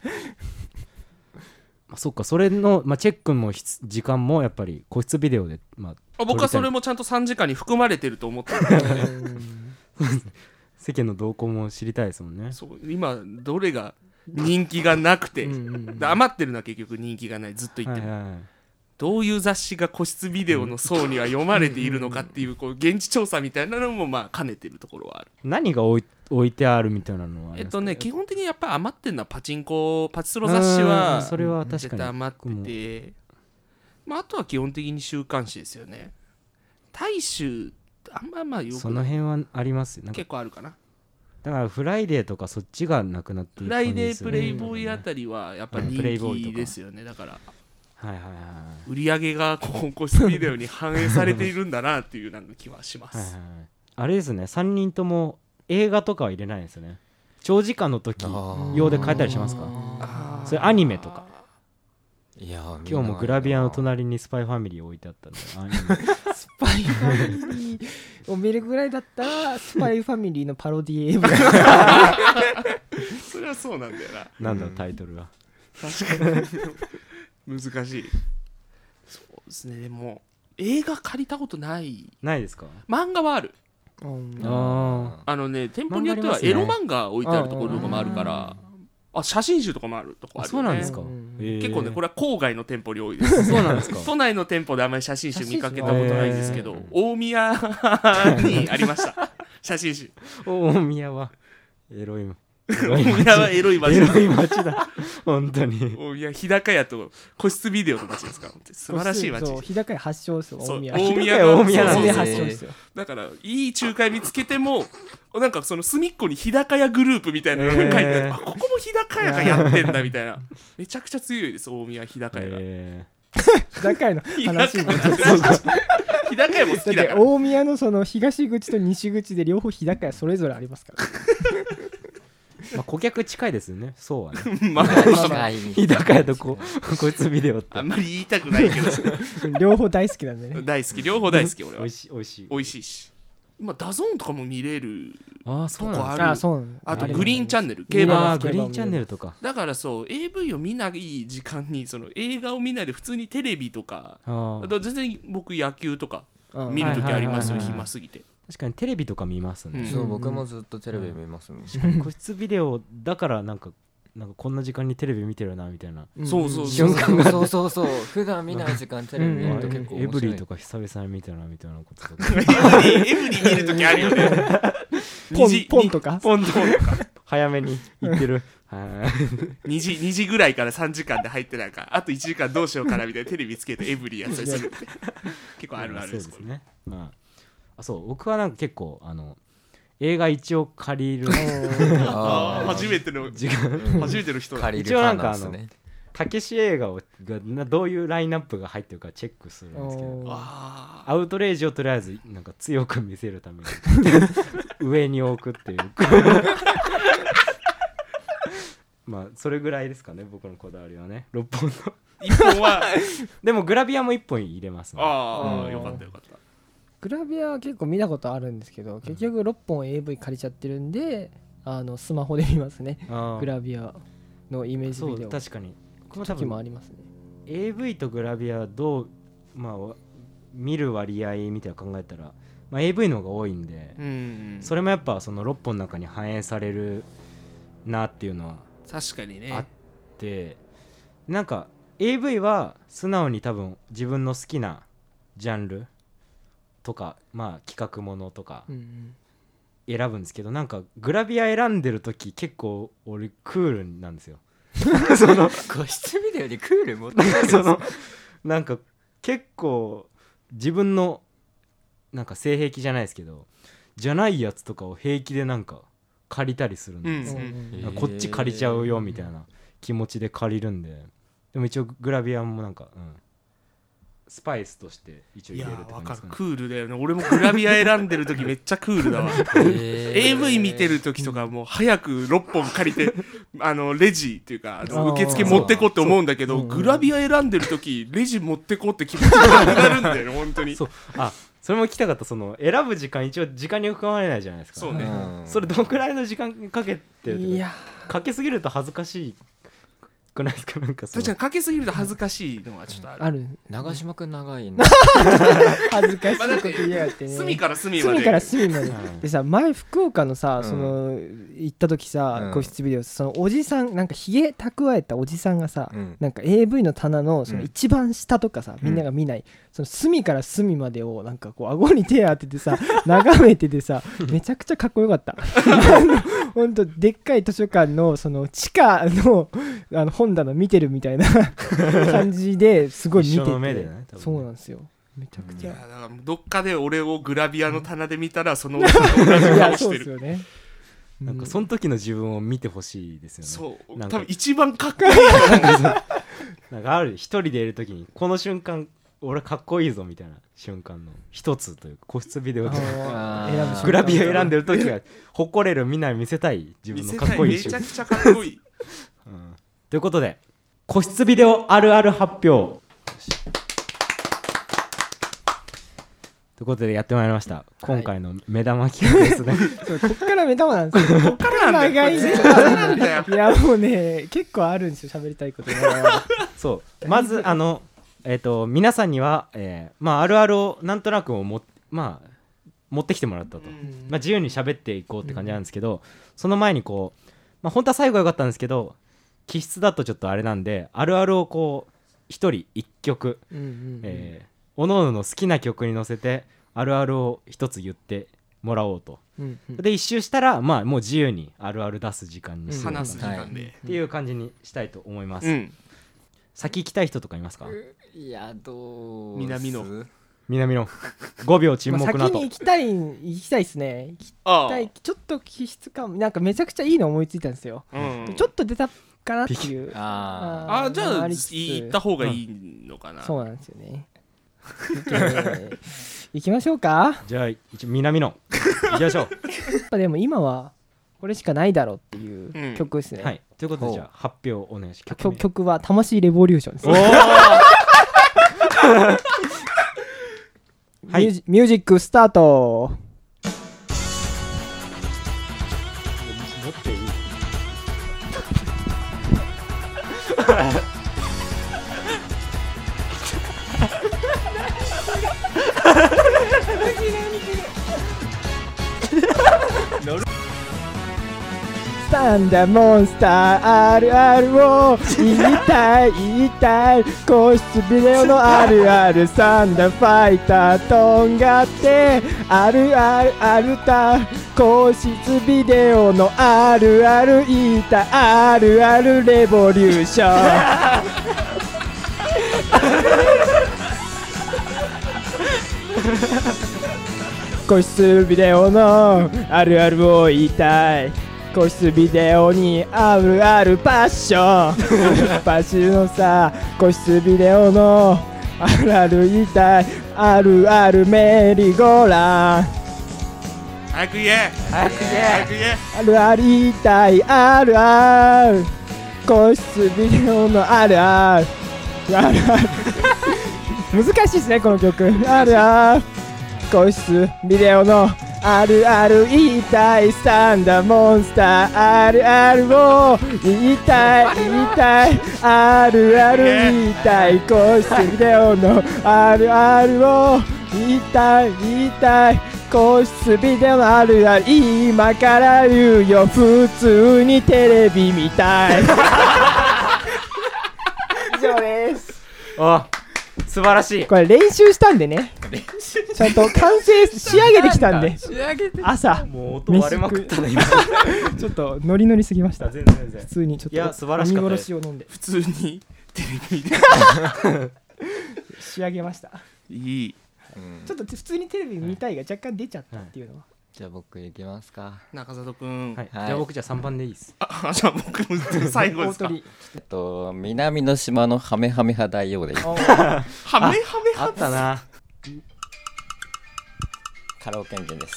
あそっか、それの、まあ、チェックも必時間もやっぱり個室ビデオで、まあ、 あ僕はそれもちゃんとさんじかんに含まれてると思ってるんで世間の動向も知りたいですもんね。 そう今どれが人気がなくて、 うんうんうんで余ってるのは結局人気がないずっと言ってる、 はいはいはい、 どういう雑誌が個室ビデオの層には読まれているのかっていうこう現地調査みたいなのもまあ兼ねてるところはある。 何が置い置いてあるみたいなのはありますか？ えっとね基本的にやっぱ余ってるのはパチンコパチスロ雑誌うんはそれは確かに絶対余ってて、まあ、あとは基本的に週刊誌ですよね。大衆あんままあよくその辺はありますよ。なんか結構あるかな。 だからフライデーとかそっちがなくなっていくフライデー感じですよね。 プレイボーイあたりはやっぱうんプレイボーイ人とか気ですよね。だからはいはいはい売り上げがこう個室ビデオに反映されているんだなっていうなんか気はしまはいはいす。 はい。あれですね、さんにんとも映画とかは入れないんですよね。長時間の時用で変えたりしますか？ あーそれアニメとか。 いや今日もグラビアの隣にスパイファミリー置いてあったんで、アニメスパイファミリーを見るぐらいだったらスパイファミリーのパロディエーブそれはそうなんだよな。 なんだろうタイトルが。 確かに難しい。そうですね。でも映画借りたことない。 ないですか？ 漫画はある。 うんああのね店舗によっては漫画ありますねエロ漫画置いてあるところとかもあるから、あ写真集とかもあるとこあるよね。 あ、そうなんですか。 うんへー結構ねこれは郊外の店舗に多いです。 そうなんですか。 都内の店舗であんまり写真集見かけたことないんですけど、 写真集大宮にありました写真集。 大宮はエロい大宮はエロい街です。 エロい街だ本当に。 大宮日高屋と個室ビデオの街ですから本当に素晴らしい街。 そう日高屋発祥ですよそう大宮大宮が大宮そうそうそうそれで発祥ですよだからいい仲介見つけてもなんかその隅っこに日高屋グループみたいなのが書いてある、 えーあここも日高屋がやってんだみたいなめちゃくちゃ強いです大宮日高屋が、 え日高屋の日高話になっちゃう日高屋も好だってきだから大宮のその東口と西口で両方日高屋それぞれありますからーまあ、顧客近いですよね。そうはね。 まあ近い日高屋とここいつビデオってあんまり言いたくないけど両方大好きなんでね大好き両方大好き俺は美味しい美味しい。 美味しいし今ダゾーンとかも見れるああ、そうなんですとこあるあそうなんだあとあれグリーンチャンネル見競馬ああ、 れますグリーンチャンネルとか。 だからそう エーブイ を見ない時間にその映画を見ないで普通にテレビとかああ、 あと全然僕野球とかうん見るときありますよはいはいはいはい暇すぎて確かにテレビとか見ますね。 うんそう僕もずっとテレビ見ますもん。 個室ビデオだからなんかなんかこんな時間にテレビ見てるなみたいな。 うんそうそう瞬間がそうそうそう普段見ない時間テレビ見ると結構面白いエブリィとか久々に見たなみたいなこととか。 エブリィエブリィ見るときあるよねポンにじポンとかポンと早めに行ってる。はいにじにじぐらいからさんじかんで入ってなんかあといちじかんどうしようかなみたいなテレビつけてエブリィやったりするって結構あるあるそうですね。まあ、あそう僕はなんか結構あの映画一応借りるあー初めての時間うん初めての人だ借りる派なんです一応ね。 たけし映画をがなどういうラインナップが入ってるかチェックするんですけど、 おーあアウトレイジをとりあえずなんか強く見せるために上に置くっていうまあそれぐらいですかね僕のこだわりはね。ろっぽんのー一本はでもグラビアもいっぽん入れますね。 ああうんよかったよかったグラビアは結構見たことあるんですけど結局ろっぽん エーブイ 借りちゃってるんであのスマホで見ますねあーグラビアのイメージそビデオう確かにこの多時も分ありますねエーブイ とグラビアどうまあわ見る割合みたいな考えたら、まあ、エーブイ の方が多いんで、 うんそれもやっぱそのろっぽんの中に反映されるなっていうのは確かにねあってなんか エーブイ は素直に多分自分の好きなジャンルとかまあ企画ものとかうん選ぶんですけど、なんかグラビア選んでる時結構俺クールなんですよその個室ビデオでクール持ってるそのなんか結構自分のなんか性癖じゃないですけどじゃないやつとかを平気でなんか借りたりするんですよ、 うんなんかこっち借りちゃうよみたいな気持ちで借りるんで、でも一応グラビアもなんか、うん、スパイスとして一応いや入れるってわかる感じですかね。 クールだよね。俺もグラビア選んでる時めっちゃクールだわ。エーブイ 見てる時とかもう早くろっぽん借りてあのレジっていうかあの受付持ってこって思うんだけど、グラビア選んでる時レジ持ってこって気持ちがなくなるんだよね本当に。 そう、あ、それも聞きたかった。その選ぶ時間一応時間に含まれないじゃないですか。 そうね、 うんそれどんくらいの時間かけてるとか、 いやかけすぎると恥ずかしくないですか。なんかその確かにかけすぎると恥ずかしいのはちょっとある。 ある長島くん長いね恥ずかしいこと言いやがってね隅から隅まで隅から隅まではいでさ、前福岡のさ、 うんその行った時さ、 うん個室ビデオそのおじさんなんかひげ蓄えたおじさんがさ、 うんなんか エーブイ の棚のそのうん一番下とかさ、みんなが見ないその隅から隅までをなんかこう顎に手当ててさ眺めててさめちゃくちゃかっこよかったほんとでっかい図書館のその地下のあの本棚見てるみたいな感じですごい見てて一緒の目でね多分ねそうなんですよめちゃくちゃ、 いやだからどっかで俺をグラビアの棚で見たらその同じ顔してる。 そうですよね。 なんかその時の自分を見てほしいですよね。 そうなんか多分一番かっこいいなんかある一人でいる時にこの瞬間俺かっこいいぞみたいな瞬間の一つというか個室ビデオであーあー選ぶ瞬間グラビア選んでる時は誇れるみんなに見せたい自分のかっ見せたいこいい瞬間、 めちゃくちゃかっこいい。 うんということで個室ビデオあるある発表ということでやってまいりました、今回の目玉企画ですねそうこっから目玉なんですよ。こっからなんだよ長いんですよ。 なんだよいやもうね結構あるんですよ喋りたいことが。 そうまずあのえっ、と皆さんには、えーまああるあるをなんとなくもまあ持ってきてもらったと、 うんまあ、自由に喋っていこうって感じなんですけど、その前にこう、まあ、本当は最後は良かったんですけど気質だとちょっとあれなんであるあるをこう一人一曲、 うんうんうんえー、おのおのの好きな曲に乗せてあるあるを一つ言ってもらおうと、 うんうんで一周したらまあもう自由にあるある出す時間にする話す時間で。 っていう感じにしたいと思います、 うん。 先行きたい人とかいますか？ いやどう南の南のごびょう沈まあ黙の後、 先に行きたい行きたいですね。行きあたいちょっと気質感なんかめちゃくちゃいいの思いついたんですよ。 あ。うん。 ちょっと出たかなっていう。 ああじゃあありつつ行った方がいいのかな。 そうなんですよね。じゃあね行きましょうか。 じゃあ一応南の行きましょうやっぱでも今はこれしかないだろうっていううん曲ですね。 はいということでじゃあ発表お願いします。 曲曲は魂レボリューションですおね。 ーはいミュージミュージックスタート。 持っていい？ スタンダモンスターあるあるを言いたい言いたい個室ビデオのあるあるサンダーファイターとんがってあるあるあるた個室ビデオのあるある言いたいあるあるレボリューション個室ビデオのあるあるを言いたい個室ビデオにあるあるパッションパッションのさ個室ビデオのあるある言いたいあるあるメリーゴーラン早く言え。 早く言え早く言え。 あるある言いたいあるある個室ビデオのあるあるあるある難しいですねこの曲あるある個室ビデオのあるある言いたいサンダーモンスターあるあるを言いたい言いたいあるある言いたい個室ビデオのあるあるを言いたい言いたい個室ビデオのあるある今から言うよ普通にテレビ見たい以上ですあ素晴らしい。 これ練習したんでねちゃんと完成仕上げてきたんで仕上げて朝もう音割れまくったな今ちょっとノリノリすぎました全然全然普通にちょっといや素晴らしかったです飲み殺しを飲んで普通にテレビで仕上げましたいい、 うん、 ちょっと普通にテレビ見たいが若干出ちゃったっていうのは、 じゃあ僕行きますか。 中里くん、 はい、 はいじゃあ僕じゃあさんばんでいいですあじゃあ僕も最後ですか。 えっと南の島のハメハメハ大王でハメハメハあったなカラオケンジンです。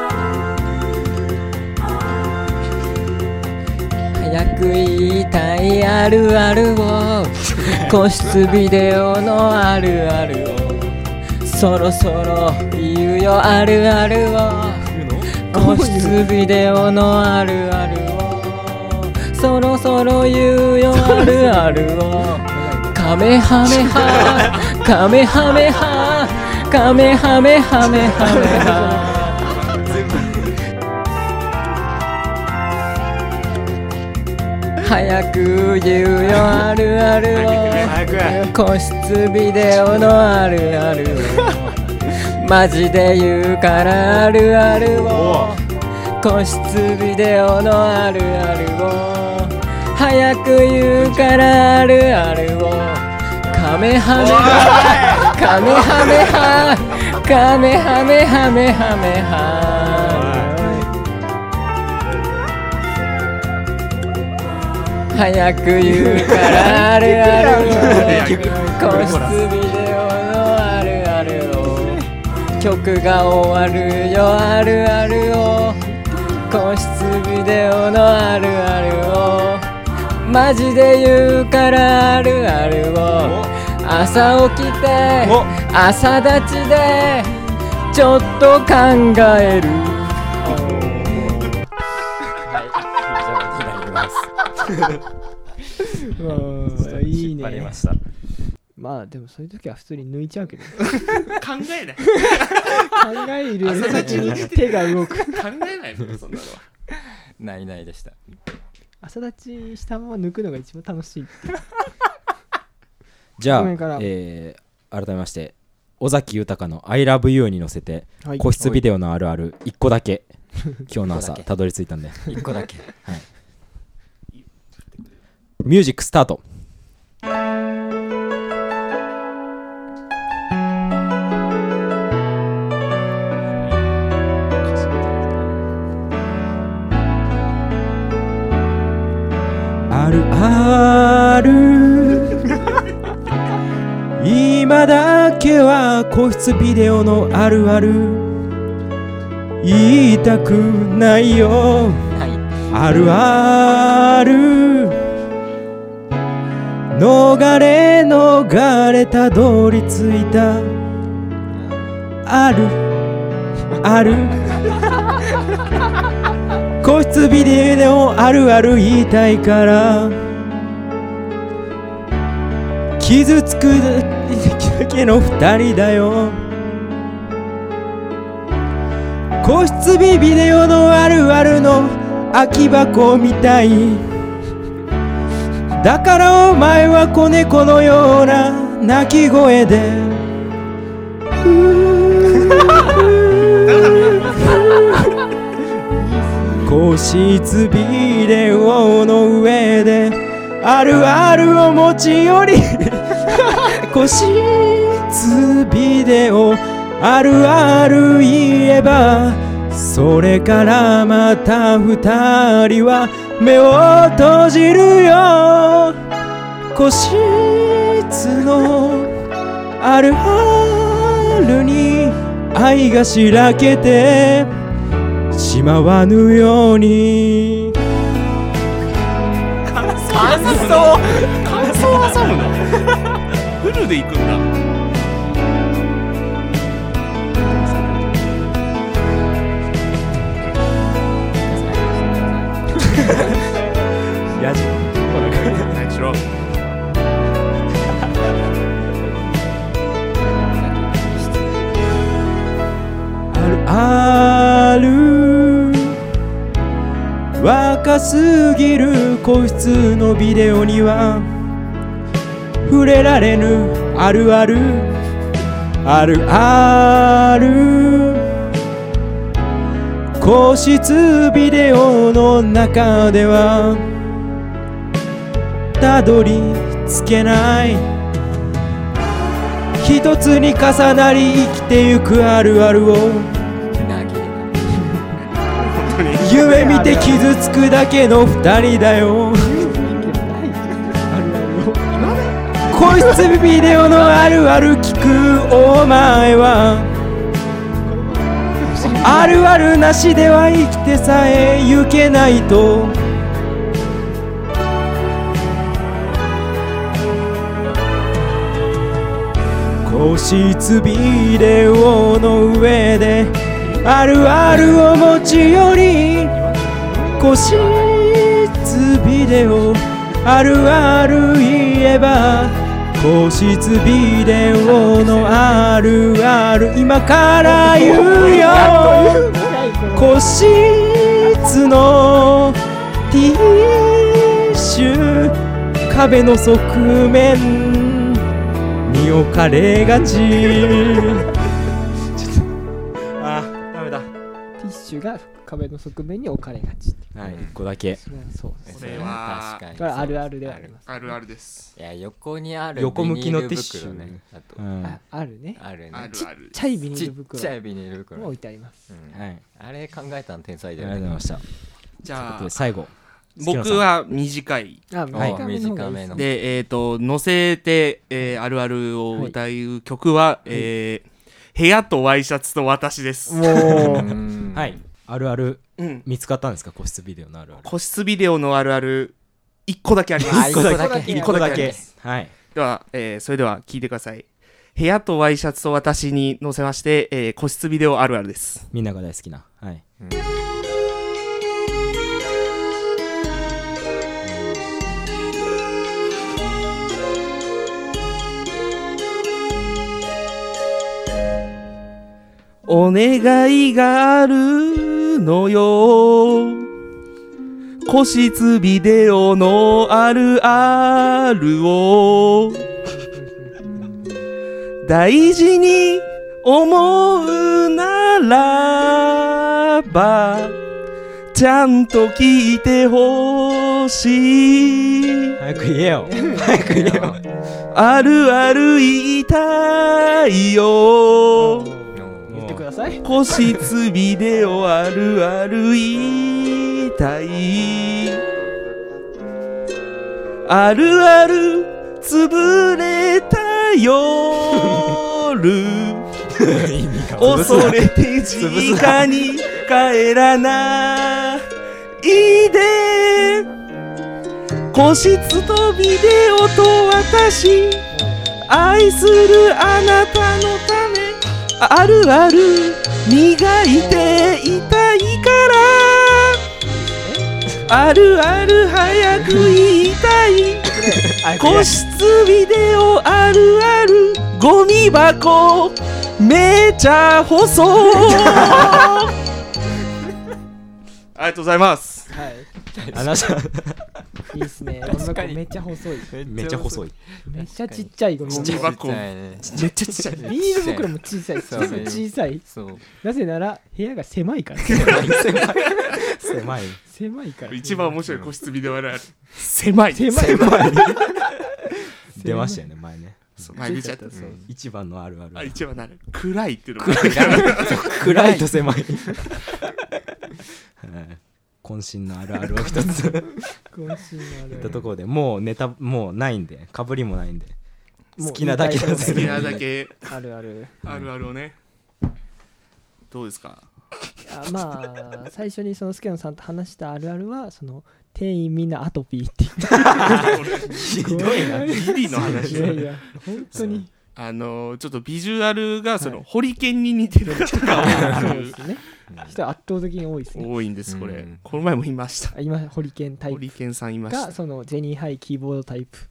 早く言いたいあるあるを個室ビデオのあるあるをそろそろ言うよあるあるを個室ビデオのあるあるをそろそろ言うよあるあるをカメハメハカメハメハカメハメハメハメハ早く言うよあるあるを個室ビデオのあるあるをマジで言うからあるあるを個室ビデオのあるあるを早く言うからあるあるをカメハメハカメハメハカメハメハメハメハ早く言うからあるあるを個室ビデオのあるあるを曲が終わるよあるあるを個室ビデオのあるあるをマジで言うからあるあるを朝起きて朝立ちでちょっと考えるはい以上になりますうんいいね引っ張りましたまあでもそういう時は普通に抜いちゃうけど考えない考えるより先に手が動く考えないのそんなのはないないでした。 朝立ちしたまま抜くのが一番楽しいっていうじゃあごめんから、 えー、改めまして尾崎豊の I love you に乗せて、はい、個室ビデオのあるあるいっこだけ今日の朝たどり着いたんでいっこだけ、 はい、ミュージックスタート。あるある今だけは個室ビデオのあるある言いたくないよ、はい、あるある逃れ逃れたどり着いたあるある個室ビデオあるある言いたいから傷つくだけの二人だよ個室ビデオのあるあるの空き箱みたいだからお前は子猫のような鳴き声で個室ビデオの上であるあるを持ち寄り個室ビデオあるある言えばそれからまた二人は目を閉じるよ個室のあるあるに愛がしらけてしまわぬように感想感想挟むのフルでいくんだやじ何しろある若すぎる個室のビデオには触れられぬあるあるあるある個室ビデオの中ではたどり着けない一つに重なり生きてゆくあるあるを夢見て傷つくだけの二人だよ個室ビデオのあるある聞くお前はあるあるなしでは生きてさえゆけないと個室ビデオの上であるあるを持ち寄り個室ビデオあるある言えば個室ビデオのあるある今から言うよ個室のティッシュ壁の側面に置かれがちちょっとあーダメだティッシュが壁の側面に置かれがち。 はい、いっこだけそれはそうですこれは確かにこれはあるあるではあります。 あるあるです。 いや横にある横向きのティッシュビニール袋ねあとうんああるね。 あるねあるあるちっちゃいビニちっール袋ちゃいビニールも袋置いてあります。 うんはい、 あれ考えたの天才ありがだよねとうございましたじゃあで最後僕は短いあ、 はい短めの方がいいですね。 でえっ、と載せて、えーあるあるを歌う曲は、えー部屋とワイシャツと私です。 もうう、 んはいあるあるうん、 見つかったんですか個室ビデオのあるある個室ビデオのあるあるいっこだけあります。 あ一個だけ一個だけはいでは、えーそれでは聞いてください。部屋とワイシャツと私に載せまして、えー個室ビデオあるあるです。 みんなが大好きなはいお願いがあるのよ個室ビデオのあるあるを大事に思うならばちゃんと聞いてほしい早く言えよ早く言えよあるある言いたいよ言ってください。 個室ビデオあるある言いたいあるある潰れた夜恐れて実家に帰らないで個室とビデオと私愛するあなたのためあるある磨いていたいからあるある早く言いたい個室ビデオあるあるゴミ箱めちゃ細ありがとうございますはい。 あなたいいっすね。 確かにめっちゃ細い。 めっちゃ細いめっちゃちっちゃいゴミゴミ袋。 箱ちっちゃいねめっちゃちっちゃいビニール袋も小さい。 そう全部小さい。 そうなぜなら部屋が狭いから。 狭い狭いから。 一番面白い個室ビデオあるある狭い狭い。 出ましたよね前ねそう前見ちゃったそう一番のあるあるあ一番なる暗いっていうのが暗いと狭いはい渾身のあるあるを一つ渾身のあ言るったところでもうネタもうないんでかぶりもないんでもう好きなだけ言いたいこと好きなだけあるある。 あるあるをねどうですかあまあ最初にその助野さんと話したあるあるはその店員みんなアトピーってひどいなビリの話いやいや本当にあのちょっとビジュアルがその、 はいホリケンに似てる方がそう多いですね人圧倒的に多いですね多いんですこれ、 うんこの前もいましたあ今ホリケンタイプホリケンさんいましたがそのジェニーハイキーボードタイプ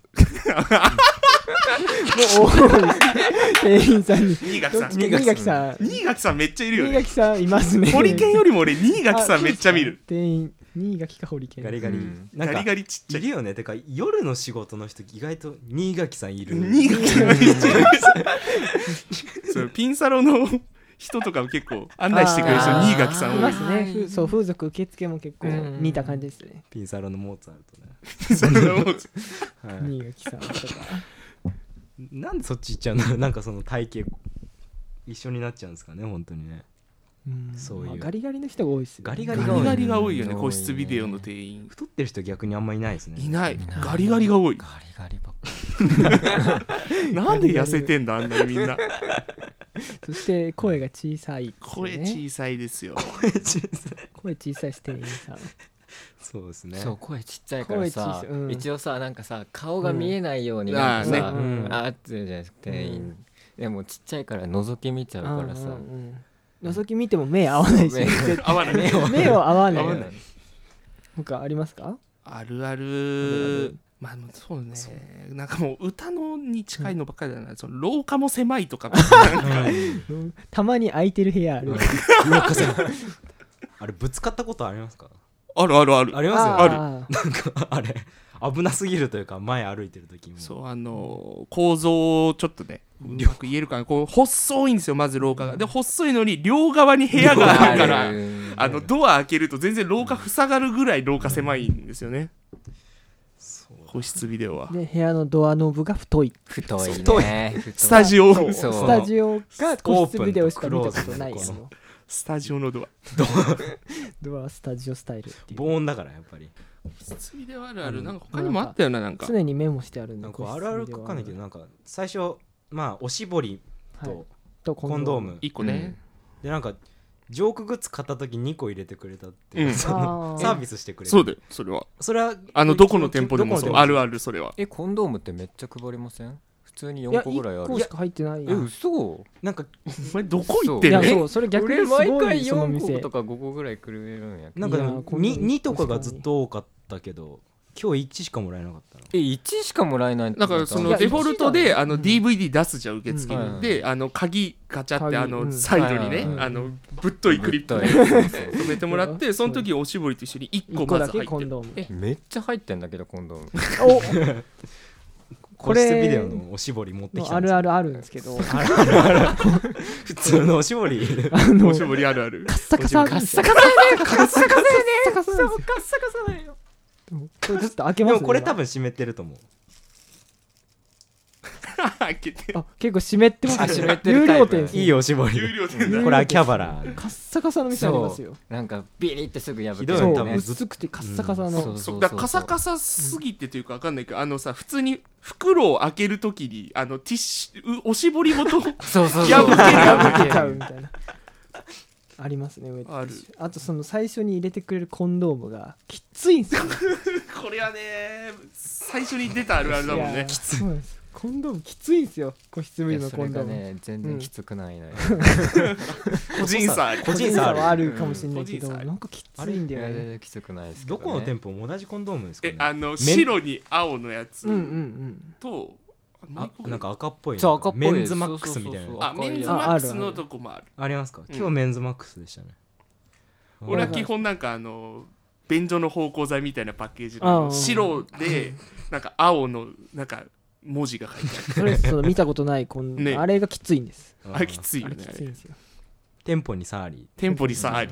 もう多いです店員さんに新垣さん新垣さん新垣さんめっちゃいるよね新垣さんいますねホリケンよりも俺新垣さんめっちゃ見る店員新垣かホリケンガリガリ、 うん、 なんかガリガリちっちゃいいるよね。てか夜の仕事の人意外と新垣さんいる。 新垣さんいるそうピンサロの人とかも結構案内してくれる人あー新垣さん多いいますね。ふそう風俗受付も結構似た感じですね。 ピンサロのモーツァルトね。 そんなもんはい新垣さんとか。 なんでそっち行っちゃうのなんかその体型一緒になっちゃうんですかね本当にね。 うんそういうまあガリガリの人が多いですよね。 ガリガリガリガリが多いよねうん個室ビデオの店員太ってる人逆にあんまいないですね。 いないいないガリガリが多いガリガリばっかなんで痩せてんだあんなにみんなそして声が小さいですよ声ね。 小さいですよ声小さいし店員さん。 そうですね。 そう声ちっちゃいから声さ小さいうん一応さなんかさ顔が見えないようにうんなんかさあーねうんあーって言うじゃないですか店員、 うんでもちっちゃいから覗き見ちゃうからさ、 うんうんうん覗き見ても目合わないし、 そう目合わない目を目を合わない。 合わない他ありますか？ あるああるあるるまあそうねなんかもう歌のに近いのばっかりだな、その廊下も狭いとかうんたまに空いてる部屋ある。 あれぶつかったことありますか？ あるあるあるありますよね。 あるあーなんかあれ危なすぎるというか前歩いてる時もそうあの構造をちょっとねうまく言えるかなこう細いんですよまず廊下がで細いのに両側に部屋があるからあのドア開けると全然廊下塞がるぐらい廊下狭いんですよねそう個室ビデオはで部屋のドアノブが太い。 太い太いね太いスタジオそうスタジオが個室ビデオしか見たこオープンととないよクローズの。 スタジオのドアドアスタジオスタイルっていう。 防音だからやっぱり個室ビデオあるあるうんなんか他にもあったよななんか常にメモしてあるんだ。 なんかあるある書かないけどなんか最初まあおしぼりはいととコンドームいっこね、 でなんかジョークグッズ買った時にこ入れてくれたってうんそのあーサービスしてくれたそうだよそれはそれはあのどこの店舗でもそうあるああるそれはえコンドームってめっちゃ配りません？普通にいやよんこぐらいあいっるこしか入ってないえよ。 嘘なんかお前どこ行っていやんのそうそれ逆にすごい俺毎回4 その店個とかごこぐらいくれるんやけどなんかでいやもコンドームに, にとかがずっと多かったけど今日いちしかもらえなかったのえいちしかもらえないだからそいやのデフォルトであのうんディーブイディー 出すじゃん受付うんにであの鍵ガチャって鍵あのうんサイドにねうんあのぶっといクリップぶっでといそうそう止めてもらってその時おしぼりと一緒にいっこいっこだけまず入ってるコンドーム。 えめっちゃ入ってんだけどコンドームお個室ビデオのおしぼり持ってきたあんですよるあるあるんですけど、 普通のおしぼりあのおしぼりあるあるカッサカサカッサカサやねカッサカサやねカッサカサなんですよ。 カッサカサだよでもこれちょっと開けでますもこれ多分湿ってると思う開けてあ結構湿ってますね。 あ湿ってる有タイプ料店ですねいいおしぼり有料店だこれ秋葉原カッサカサの店ありますよ。 なんかビリってすぐ破けひどいそうよ多分薄くてカッサカサの、 うんそうそうだからカサカサすぎてというかわかんないけどあのさ普通に袋を開けるときにあのティッシュうおしぼりごとそうそうそう破ける破けちゃうみたいな。ありますね。 あるあとその最初に入れてくれるコンドームがきついんですよ。 これはね最初に出たあるあるだもんねいやそうなんです。コンドームきついんですよ。個室ビデオのいやそれがコンドーム。 ね全然きつくないのよ、 個人差ある個人差あるはあるかもしれないけど、 個人差あるなんかきついんだいやよね。 全然きつくないですけど、ね、 どこの店舗も同じコンドームですかねえあの白に青のやつうんうんうん。 とあなんか赤っぽいそう赤っぽいメンズマックスみたいなそうそうそうあメンズマックスのとこもあるありますかうん今日メンズマックスでしたね俺は基本なんかあの便所の芳香剤みたいなパッケージあのー白でなんか青のなんか文字が書いてあるそれその見たことないコン、 ねあれがきついんです。 あれきついあれよねきついんですよ。 店舗にさあり店舗にさあり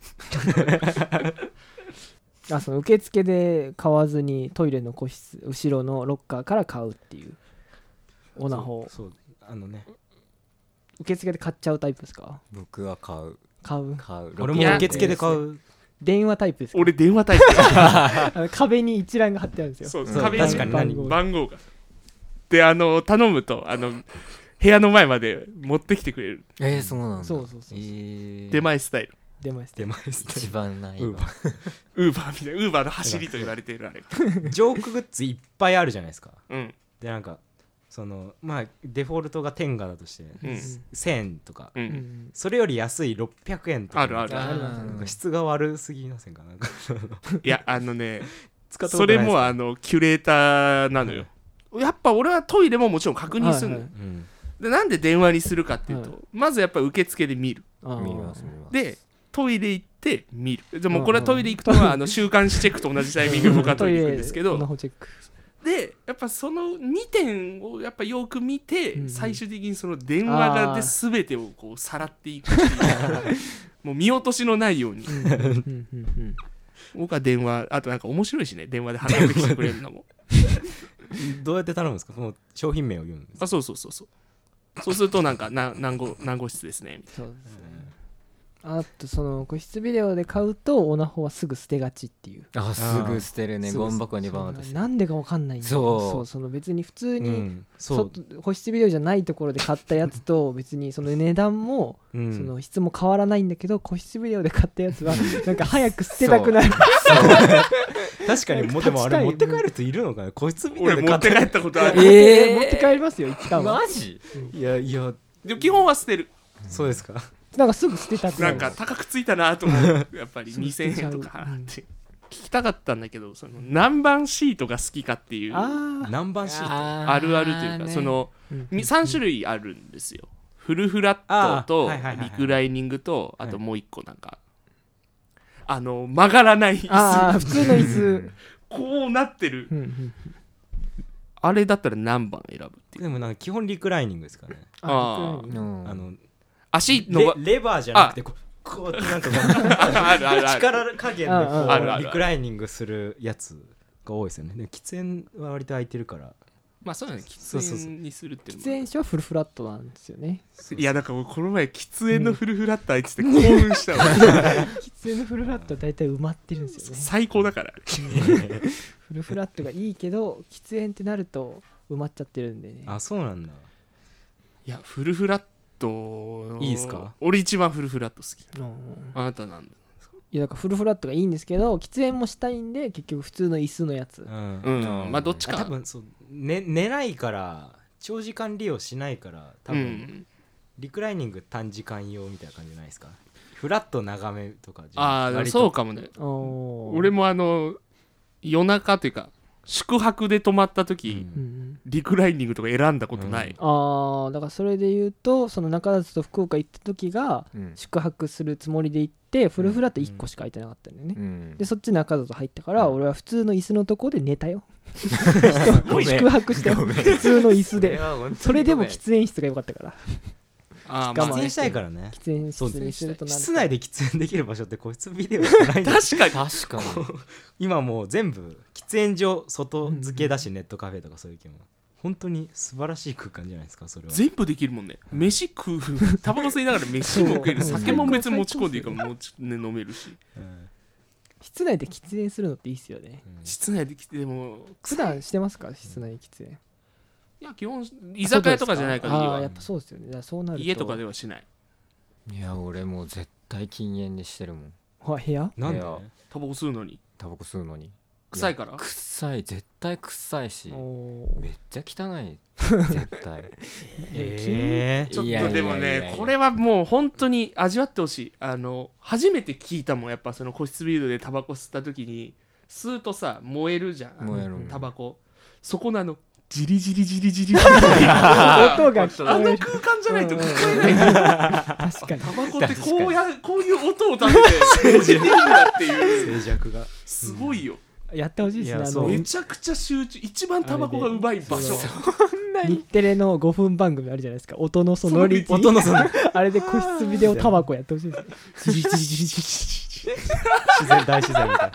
あその受付で買わずにトイレの個室後ろのロッカーから買うっていうオナホ。 そうそうあのね受付で買っちゃうタイプですか？ 僕は買う買う。 買う俺も受付で買う電話タイプですか？ 俺電話タイプあの壁に一覧が貼ってあるんですよ。 そうそう壁確かに何番号番号がであの頼むとあの部屋の前まで持ってきてくれるえー、そうなんだそうそうそうえー、 出前スタイル出ました。 出前スタイ一番ないわルウーバウーバーみたいなウーバーの走りと言われているあれージョークグッズいっぱいあるじゃないですかうんでなんかそのまあデフォルトが天下だとしてうんせんえんとかううんんそれより安いろっぴゃくえんとかあるあるあーなんか質が悪すぎませんかなんかいやあのね使ったこそれとないですかもあのキュレーターなのよやっぱ俺はトイレももちろん確認するのよはいうんでなんで電話にするかっていうと、 はいまずやっぱ受付で見るあー見ます見ますでトイレ行って見る。でもこれはトイレ行くとはあの週刊誌チェックと同じタイミングで僕はトイレ行くんですけどオナホチェックでやっぱそのにてんをやっぱよく見て、うん、最終的にその電話がで全てをこうさらっていくっていうもう見落としのないように僕は電話あとなんか面白いしね電話で話してきてくれるのもどうやって頼むんですか？その商品名を言うんですか？ あそうそうそうそうそうするとなんかな何号何号室ですねみたいな。 そうですね。あとその個室ビデオで買うとオナホはすぐ捨てがちっていう。 あすぐ捨てるね。ゴミ箱にバーンとしてなんでかわかんないんだ。 そうそうその別に普通に、うん、 そう個室ビデオじゃないところで買ったやつと別にその値段も、うん、その質も変わらないんだけど個室ビデオで買ったやつはなんか早く捨てたくなる確かにもでもあれ持って帰る人いるのかな。個室ビデオで持って帰ったことある。 えー、持って帰りますよ一旦は。 マジ？ いやいやでも基本は捨てる。 そうですか。 なんかすぐ捨てたくなる。 なんか高くついたなと思うやっぱりにせんえんとかって聞きたかったんだけどその何番シートが好きかっていう何番シートあ, あるあるというか、ね、その、うん、さん種類あるんですよ。フルフラットとリクライニングと あ, あともう一個なんか、はい、あの曲がらない椅子あ普通の椅子こうなってるあれだったら何番選ぶっていう。 でもなんか基本リクライニングですかね。 ああの足のレ, レバーじゃなくてこうこうやってなんかあるあるある力加減でこうリクライニングするやつが多いですよね。で喫煙は割と空いてるからまあそうだね喫煙にするっていうのも喫煙者はフルフラットなんですよね。 いやだからこの前喫煙のフルフラット空いてて興奮したわ喫煙のフルフラットは大体埋まってるんですよね。 最高だからフルフラットがいいけど喫煙ってなると埋まっちゃってるんでね。 あそうなんだ。 いやフルフラットいいですか？ 俺一番フルフラット好き。あなたなんだ。 いやだからフルフラットがいいんですけど喫煙もしたいんで結局普通の椅子のやつ。 うん、うんうん、まあどっちか。 多分そう、ね、寝ないから長時間利用しないから多分、うん、リクライニング短時間用みたいな感じじゃないですか。フラット長めとかじゃああそうかもね。俺もあの夜中というか宿泊で泊まった時、うん、リクライニングとか選んだことない、 うん、ああだからそれで言うとその中田と福岡行った時が、うん、宿泊するつもりで行ってフルフラットいっこしか空いてなかったんだよね、うん、でそっち中田と入ったから、うん、俺は普通の椅子のとこで寝たよ宿泊して普通の椅子でそれでも喫煙室が良かったからあ喫煙したいからね。 喫煙室にするとなる室内で喫煙できる場所って個室ビデオしかないんだ確かに確かに今もう全部喫煙所外付けだし、うん、ネットカフェとかそういう系も本当に素晴らしい空間じゃないですか。それは全部できるもんね。飯食うタバコ吸いながら飯も食える酒も別に持ち込んでいいからもち、ね、飲めるし、うん、 室内で喫煙するのっていいっすよね、 うん、室内で喫煙でも普段してますか室内喫煙。 いや基本居酒屋とかじゃない限りは。 あやっぱそうですよね。だからそうなると家とかではしない。 いや俺もう絶対禁煙にしてるもん。 は部屋なんでタバコ吸うのにタバコ吸うのに臭いから。 い臭い絶対臭いしめっちゃ汚い絶対えー、ちょっとでもねこれはもう本当に味わってほしい。あの初めて聞いたもんやっぱその個室ビルでタバコ吸った時に吸うとさ燃えるじゃん燃えるタバコ。そこのあのジリジリジリジリ音が聞こえる。あの空間じゃないと聞こえない。 確かにタバコってこうやこういう音を立てて静寂だっていう静寂がすごいよ。 やってほしいですね。 めちゃくちゃ集中一番タバコがうまい場所。 日テレのごふん番組あるじゃないですか。音のソノリティ音のソノリティあれで個室ビデオタバコやってほしいですね。ジリジリジリジリ自然大自然みたいな。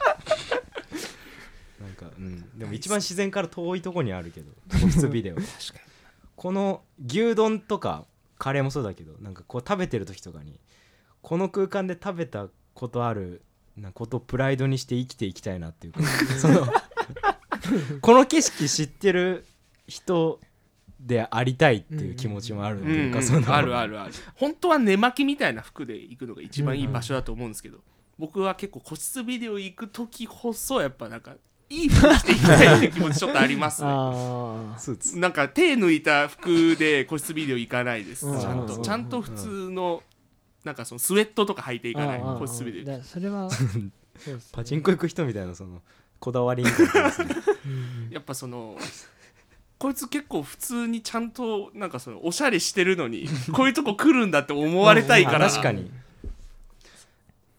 うん、でも一番自然から遠いとこにあるけど個室ビデオ確かにこの牛丼とかカレーもそうだけどなんかこう食べてる時とかにこの空間で食べたことあるなことをプライドにして生きていきたいなっていうかそのこの景色知ってる人でありたいっていう気持ちもあるっていうか、うんうん、そのあるあるある。本当は寝巻きみたいな服で行くのが一番いい場所だと思うんですけど、うん、僕は結構個室ビデオ行く時こそやっぱなんかいい服着ていきたいって気持ちちょっとありますねあなんか手抜いた服で個室ビデオ行かないです。ちゃんとちゃんと普通のなんかそのスウェットとか履いていかない個室ビデオ。 それはパチンコ行く人みたいなそのこだわりみたいなですねやっぱそのこいつ結構普通にちゃんとなんかそのおしゃれしてるのにこういうとこ来るんだって思われたいから確かに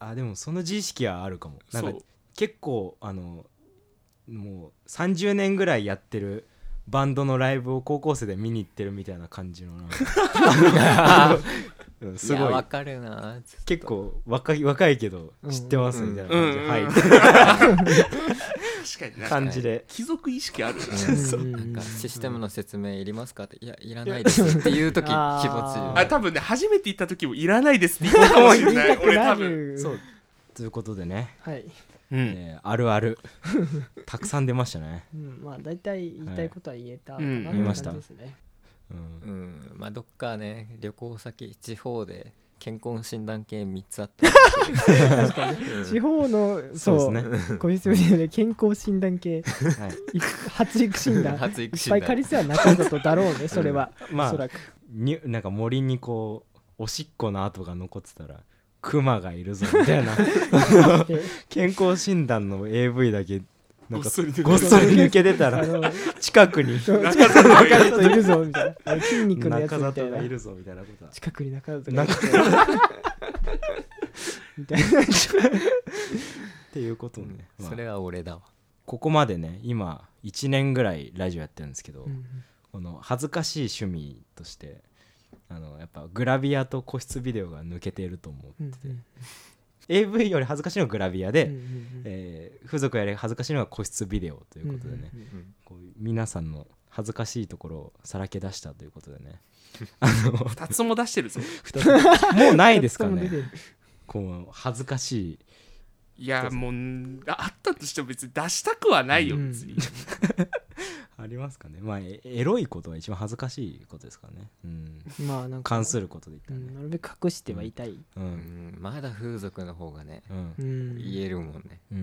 あでもその自意識はあるかも。なんか結構あのもうさんじゅうねんぐらいやってるバンドのライブを高校生で見に行ってるみたいな感じのなんかうん、すごい。いやわかるな。 結構若い若いけど知ってますみたいな感じで、はい。 確かにな感じで貴族意識ある。 なんかシステムの説明いりますかって、いやいらないですっていう時気持ちいい。 あ多分ね初めて行った時もいらないですって言ったかもしれない。俺多分そうということでね。 はい。 うんえー、あるあるたくさん出ましたね。 うん、まあ大体言いたいことは言えたかな、 はいうん、言いました。 ですね。 うん、うん、まあどっかね旅行先地方で健康診断系みっつあった確かに地方のそうそうですね個室ビデオで健康診断系、はい、発育診断発育診断いっぱい借りてはなかっただろうねそれは、 うん、まあおそらくになんか森にこうおしっこの跡が残ってたらクマがいるぞみたいな健康診断の エーブイ だけなんかごっそり抜けてたら近くに中里いるぞみたいな筋肉のやつみたいな中里がいるぞみたいなこと近くに中里がいるみたいなっていうことね、 うんまあ、それは俺だわ。 ここまでね今いちねんぐらいラジオやってるんですけど、うん、この恥ずかしい趣味としてあのやっぱグラビアと個室ビデオが抜けていると思ってて、うんうん、エーブイ より恥ずかしいのがグラビアで、うんうんうんえー、風俗より恥ずかしいのが個室ビデオということでね、うんうんうん、こう皆さんの恥ずかしいところをさらけ出したということでねあのふたつも出してるぞもうないですかねこう恥ずかしい。 いやもうあったとしても別に出したくはないよ、うん、別にありますかね。まあエロいことが一番恥ずかしいことですからね、うん、 まあなんか関することで言ったら、ねうん、なるべく隠してはいたい、 うんうん、まだ風俗の方がね、うん、言えるもんね、うんうん、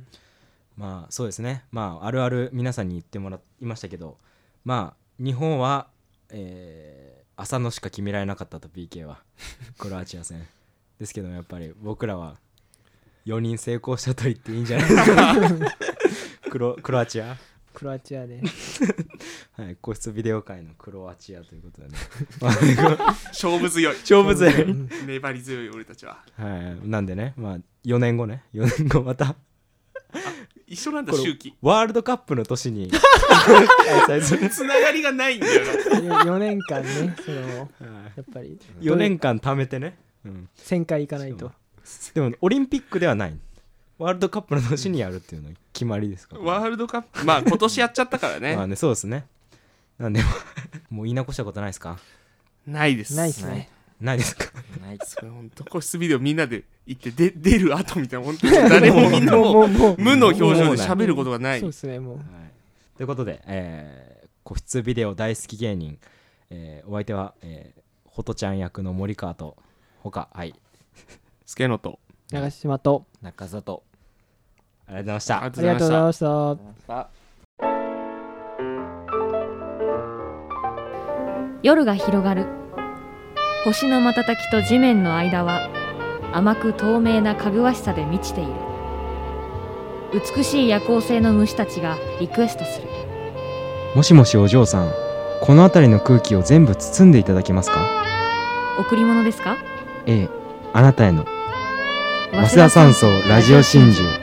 まあそうですね。まああるある皆さんに言ってもらいましたけど、まあ日本は、えー、浅野しか決められなかったと ピーケー はクロアチア戦ですけどやっぱり僕らはよにん成功したと言っていいんじゃないですかクロ、クロアチアクロアチアで、 はい、個室ビデオ界のクロアチアということでね勝負強い勝負強い粘り強い俺たちは、 はい、なんでね、まあ、よねんごねよねんごまた一緒なんだ周期ワールドカップの年につながりがないんだよなよねんかんねそのやっぱりよねんかん貯めてね、 うん、せんかい行かないと。 でもオリンピックではないワールドカップの年にやるっていうのは決まりですか、ね、 ワールドカップまあ今年やっちゃったからねまあねそうですね。なんでもう言い残したことないですか。 ないですないですねないですかないそれ本当個室ビデオみんなで行ってで出る後みたいな本当に誰もみんなも無の表情で喋ることがない。 そうですねもう、はい、 ということで、えー、個室ビデオ大好き芸人、えー、お相手は、えー、ホトちゃん役の森川と他はいスケノと長島と中里ありがとうございました。 ありがとうございました。 夜が広がる。星の瞬きと地面の間は甘く透明なかぐわしさで満ちている。美しい夜行性の虫たちがリクエストする。 もしもしお嬢さん、この辺りの空気を全部包んでいただけますか。 贈り物ですか。 ええ、あなたへの早稲田山荘ラジオ真珠。